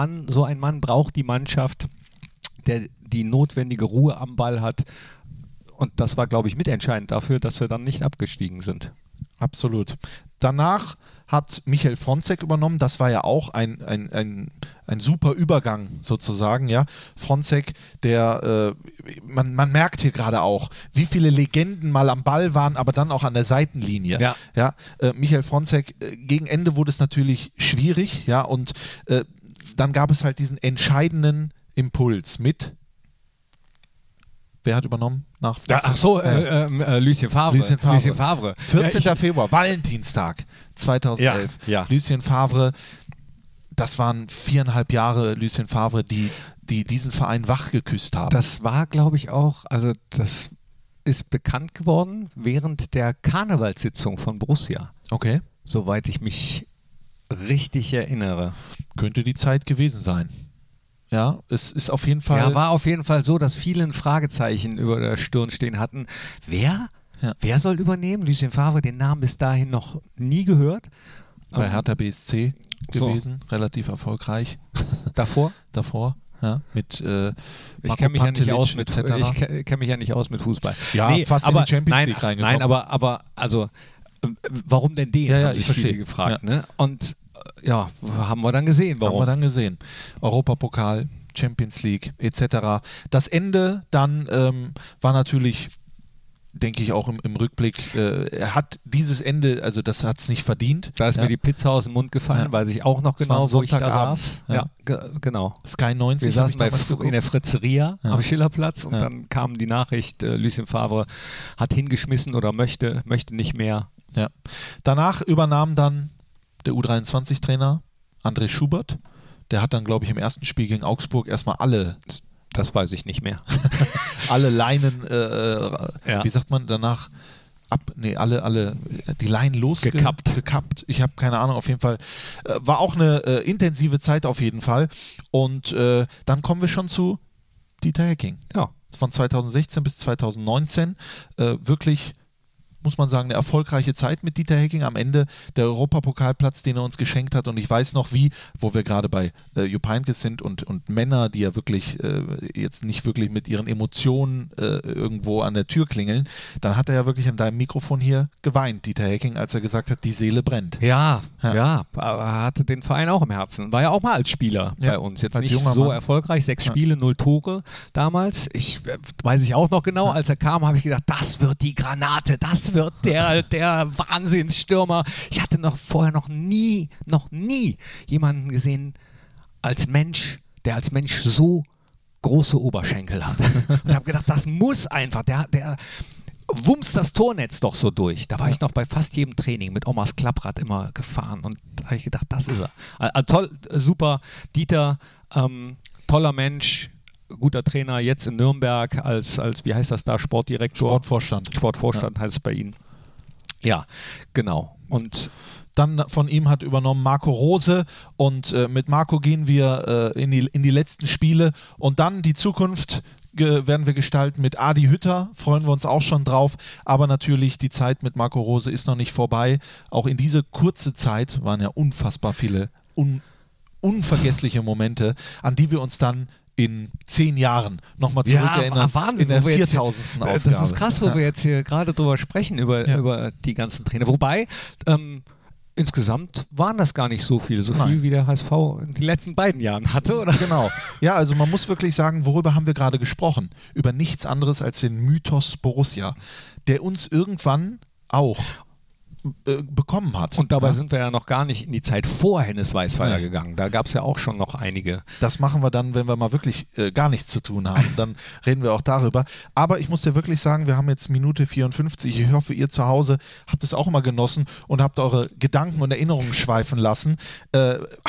die Mannschaft, der die notwendige Ruhe am Ball hat. Und das war, glaube ich, mitentscheidend dafür, dass wir dann nicht abgestiegen sind.
Absolut. Danach hat Michael Fronzek übernommen. Das war ja auch ein super Übergang sozusagen. Ja, Fronzek, der man merkt hier gerade auch, wie viele Legenden mal am Ball waren, aber dann auch an der Seitenlinie. Ja, Michael Fronzek, gegen Ende wurde es natürlich schwierig. Ja, und dann gab es halt diesen entscheidenden Impuls mit. Wer hat übernommen? Nach
Lucien Favre.
14. Februar, Valentinstag 2011.
Ja.
Lucien Favre, das waren 4,5 Jahre Lucien Favre, die diesen Verein wachgeküsst haben.
Das war, glaube ich, auch, also das ist bekannt geworden während der Karnevalssitzung von Borussia.
Okay.
Soweit ich mich richtig erinnere.
Könnte die Zeit gewesen sein. Ja, es ist auf jeden Fall...
Ja, war auf jeden Fall so, dass viele ein Fragezeichen über der Stirn stehen hatten. Wer soll übernehmen? Lucien Favre, den Namen bis dahin noch nie gehört.
Bei Hertha BSC gewesen, relativ erfolgreich.
Davor,
ja, mit
ich kenne mich ja nicht aus
mit
Fußball.
Ja, nee, fast in die Champions League reingekommen.
Nein, aber also, warum denn den?
Ja,
haben sich viele gefragt.
Ja.
Ne? Und ja, haben wir dann gesehen, warum.
Haben wir dann gesehen. Europapokal, Champions League etc. Das Ende dann war natürlich, denke ich auch im Rückblick, er hat dieses Ende, also das hat es nicht verdient.
Da ist mir die Pizza aus dem Mund gefallen, weiß ich auch noch genau, wo ich da saß.
Ja,
genau.
Sky 90.
Wir saßen in der Fritzeria am Schillerplatz und dann kam die Nachricht, Lucien Favre hat hingeschmissen oder möchte nicht mehr.
Ja. Danach übernahm dann der U23-Trainer André Schubert. Der hat dann, glaube ich, im ersten Spiel gegen Augsburg erstmal alle...
Das weiß ich nicht mehr.
alle Leinen, wie sagt man, danach alle die Leinen gekappt. Ich habe keine Ahnung, auf jeden Fall. War auch eine intensive Zeit auf jeden Fall. Und dann kommen wir schon zu Dieter Hecking.
Ja.
Von 2016 bis 2019 wirklich, muss man sagen, eine erfolgreiche Zeit mit Dieter Hecking. Am Ende der Europapokalplatz, den er uns geschenkt hat. Und ich weiß noch wo wir gerade bei Jupp Heynckes sind und Männer, die ja wirklich jetzt nicht wirklich mit ihren Emotionen irgendwo an der Tür klingeln, dann hat er ja wirklich an deinem Mikrofon hier geweint, Dieter Hecking, als er gesagt hat, die Seele brennt.
Ja, er hatte den Verein auch im Herzen. War ja auch mal als Spieler bei uns. Jetzt nicht so Mann. Erfolgreich, 6 Spiele, 0 Tore damals. Weiß ich auch noch genau, als er kam, habe ich gedacht, das wird die Granate, das wird der Wahnsinnsstürmer. Ich hatte vorher noch nie jemanden gesehen der als Mensch so große Oberschenkel hat. Und habe gedacht, das muss einfach, der wumst das Tornetz doch so durch. Da war ich noch bei fast jedem Training mit Omas Klapprad immer gefahren und da habe ich gedacht, das ist er. Toll, super, Dieter, toller Mensch, guter Trainer, jetzt in Nürnberg als wie heißt das da, Sportdirektor? Sportvorstand heißt es bei Ihnen. Ja, genau. Und
dann von ihm hat übernommen Marco Rose und mit Marco gehen wir in die letzten Spiele und dann die Zukunft werden wir gestalten mit Adi Hütter, freuen wir uns auch schon drauf, aber natürlich die Zeit mit Marco Rose ist noch nicht vorbei. Auch in diese kurze Zeit waren ja unfassbar viele unvergessliche Momente, an die wir uns dann in 10 Jahren nochmal zurückerinnern.
Wahnsinn,
in der 4000. Ausgabe.
Das ist krass, wo wir jetzt hier gerade drüber sprechen, über die ganzen Trainer. Wobei, insgesamt waren das gar nicht so viel wie der HSV in den letzten beiden Jahren hatte, oder?
Genau. Ja, also man muss wirklich sagen, worüber haben wir gerade gesprochen? Über nichts anderes als den Mythos Borussia, der uns irgendwann auch bekommen hat.
Und dabei sind wir ja noch gar nicht in die Zeit vor Hennes Weisweiler gegangen. Da gab es ja auch schon noch einige.
Das machen wir dann, wenn wir mal wirklich gar nichts zu tun haben. Dann reden wir auch darüber. Aber ich muss dir wirklich sagen, wir haben jetzt Minute 54. Ich hoffe, ihr zu Hause habt es auch immer genossen und habt eure Gedanken und Erinnerungen schweifen lassen.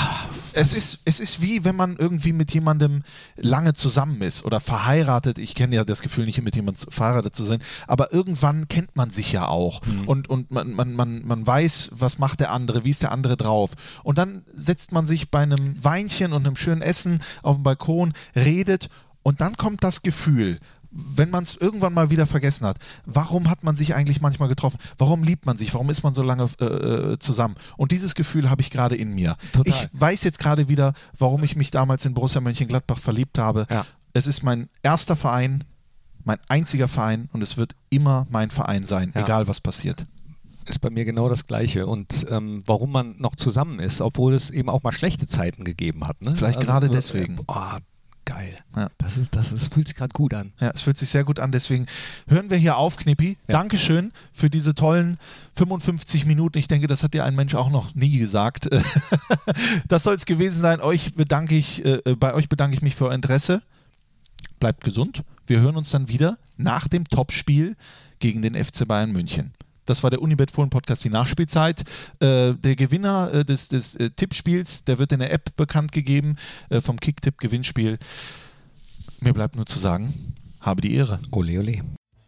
Es ist wie, wenn man irgendwie mit jemandem lange zusammen ist oder verheiratet. Ich kenne ja das Gefühl nicht, mit jemandem verheiratet zu sein, aber irgendwann kennt man sich ja auch und man weiß, was macht der andere, wie ist der andere drauf. Und dann setzt man sich bei einem Weinchen und einem schönen Essen auf dem Balkon, redet und dann kommt das Gefühl, wenn man es irgendwann mal wieder vergessen hat, warum hat man sich eigentlich manchmal getroffen? Warum liebt man sich? Warum ist man so lange zusammen? Und dieses Gefühl habe ich gerade in mir.
Total.
Ich weiß jetzt gerade wieder, warum ich mich damals in Borussia Mönchengladbach verliebt habe.
Ja.
Es ist mein erster Verein, mein einziger Verein und es wird immer mein Verein sein, egal was passiert.
Ist bei mir genau das Gleiche. Und warum man noch zusammen ist, obwohl es eben auch mal schlechte Zeiten gegeben hat. Ne?
Vielleicht gerade deswegen.
Geil.
Ja.
Das fühlt sich gerade gut an.
Ja, es fühlt sich sehr gut an, deswegen hören wir hier auf, Knippi. Ja. Dankeschön für diese tollen 55 Minuten. Ich denke, das hat dir ein Mensch auch noch nie gesagt. Das soll es gewesen sein. Bei euch bedanke ich mich für euer Interesse. Bleibt gesund. Wir hören uns dann wieder nach dem Topspiel gegen den FC Bayern München. Das war der Unibet Fohlen-Podcast, die Nachspielzeit. Der Gewinner des Tippspiels, der wird in der App bekannt gegeben, vom Kicktipp-Gewinnspiel. Mir bleibt nur zu sagen, habe die Ehre.
Ole, ole.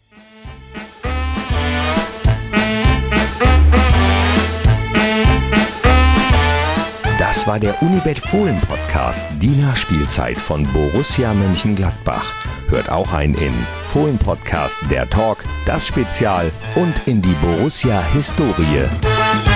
Das war der Unibet Fohlen-Podcast, die Nachspielzeit von Borussia Mönchengladbach. Hört auch ein in Fohlen-Podcast, der Talk, das Spezial und in die Borussia-Historie.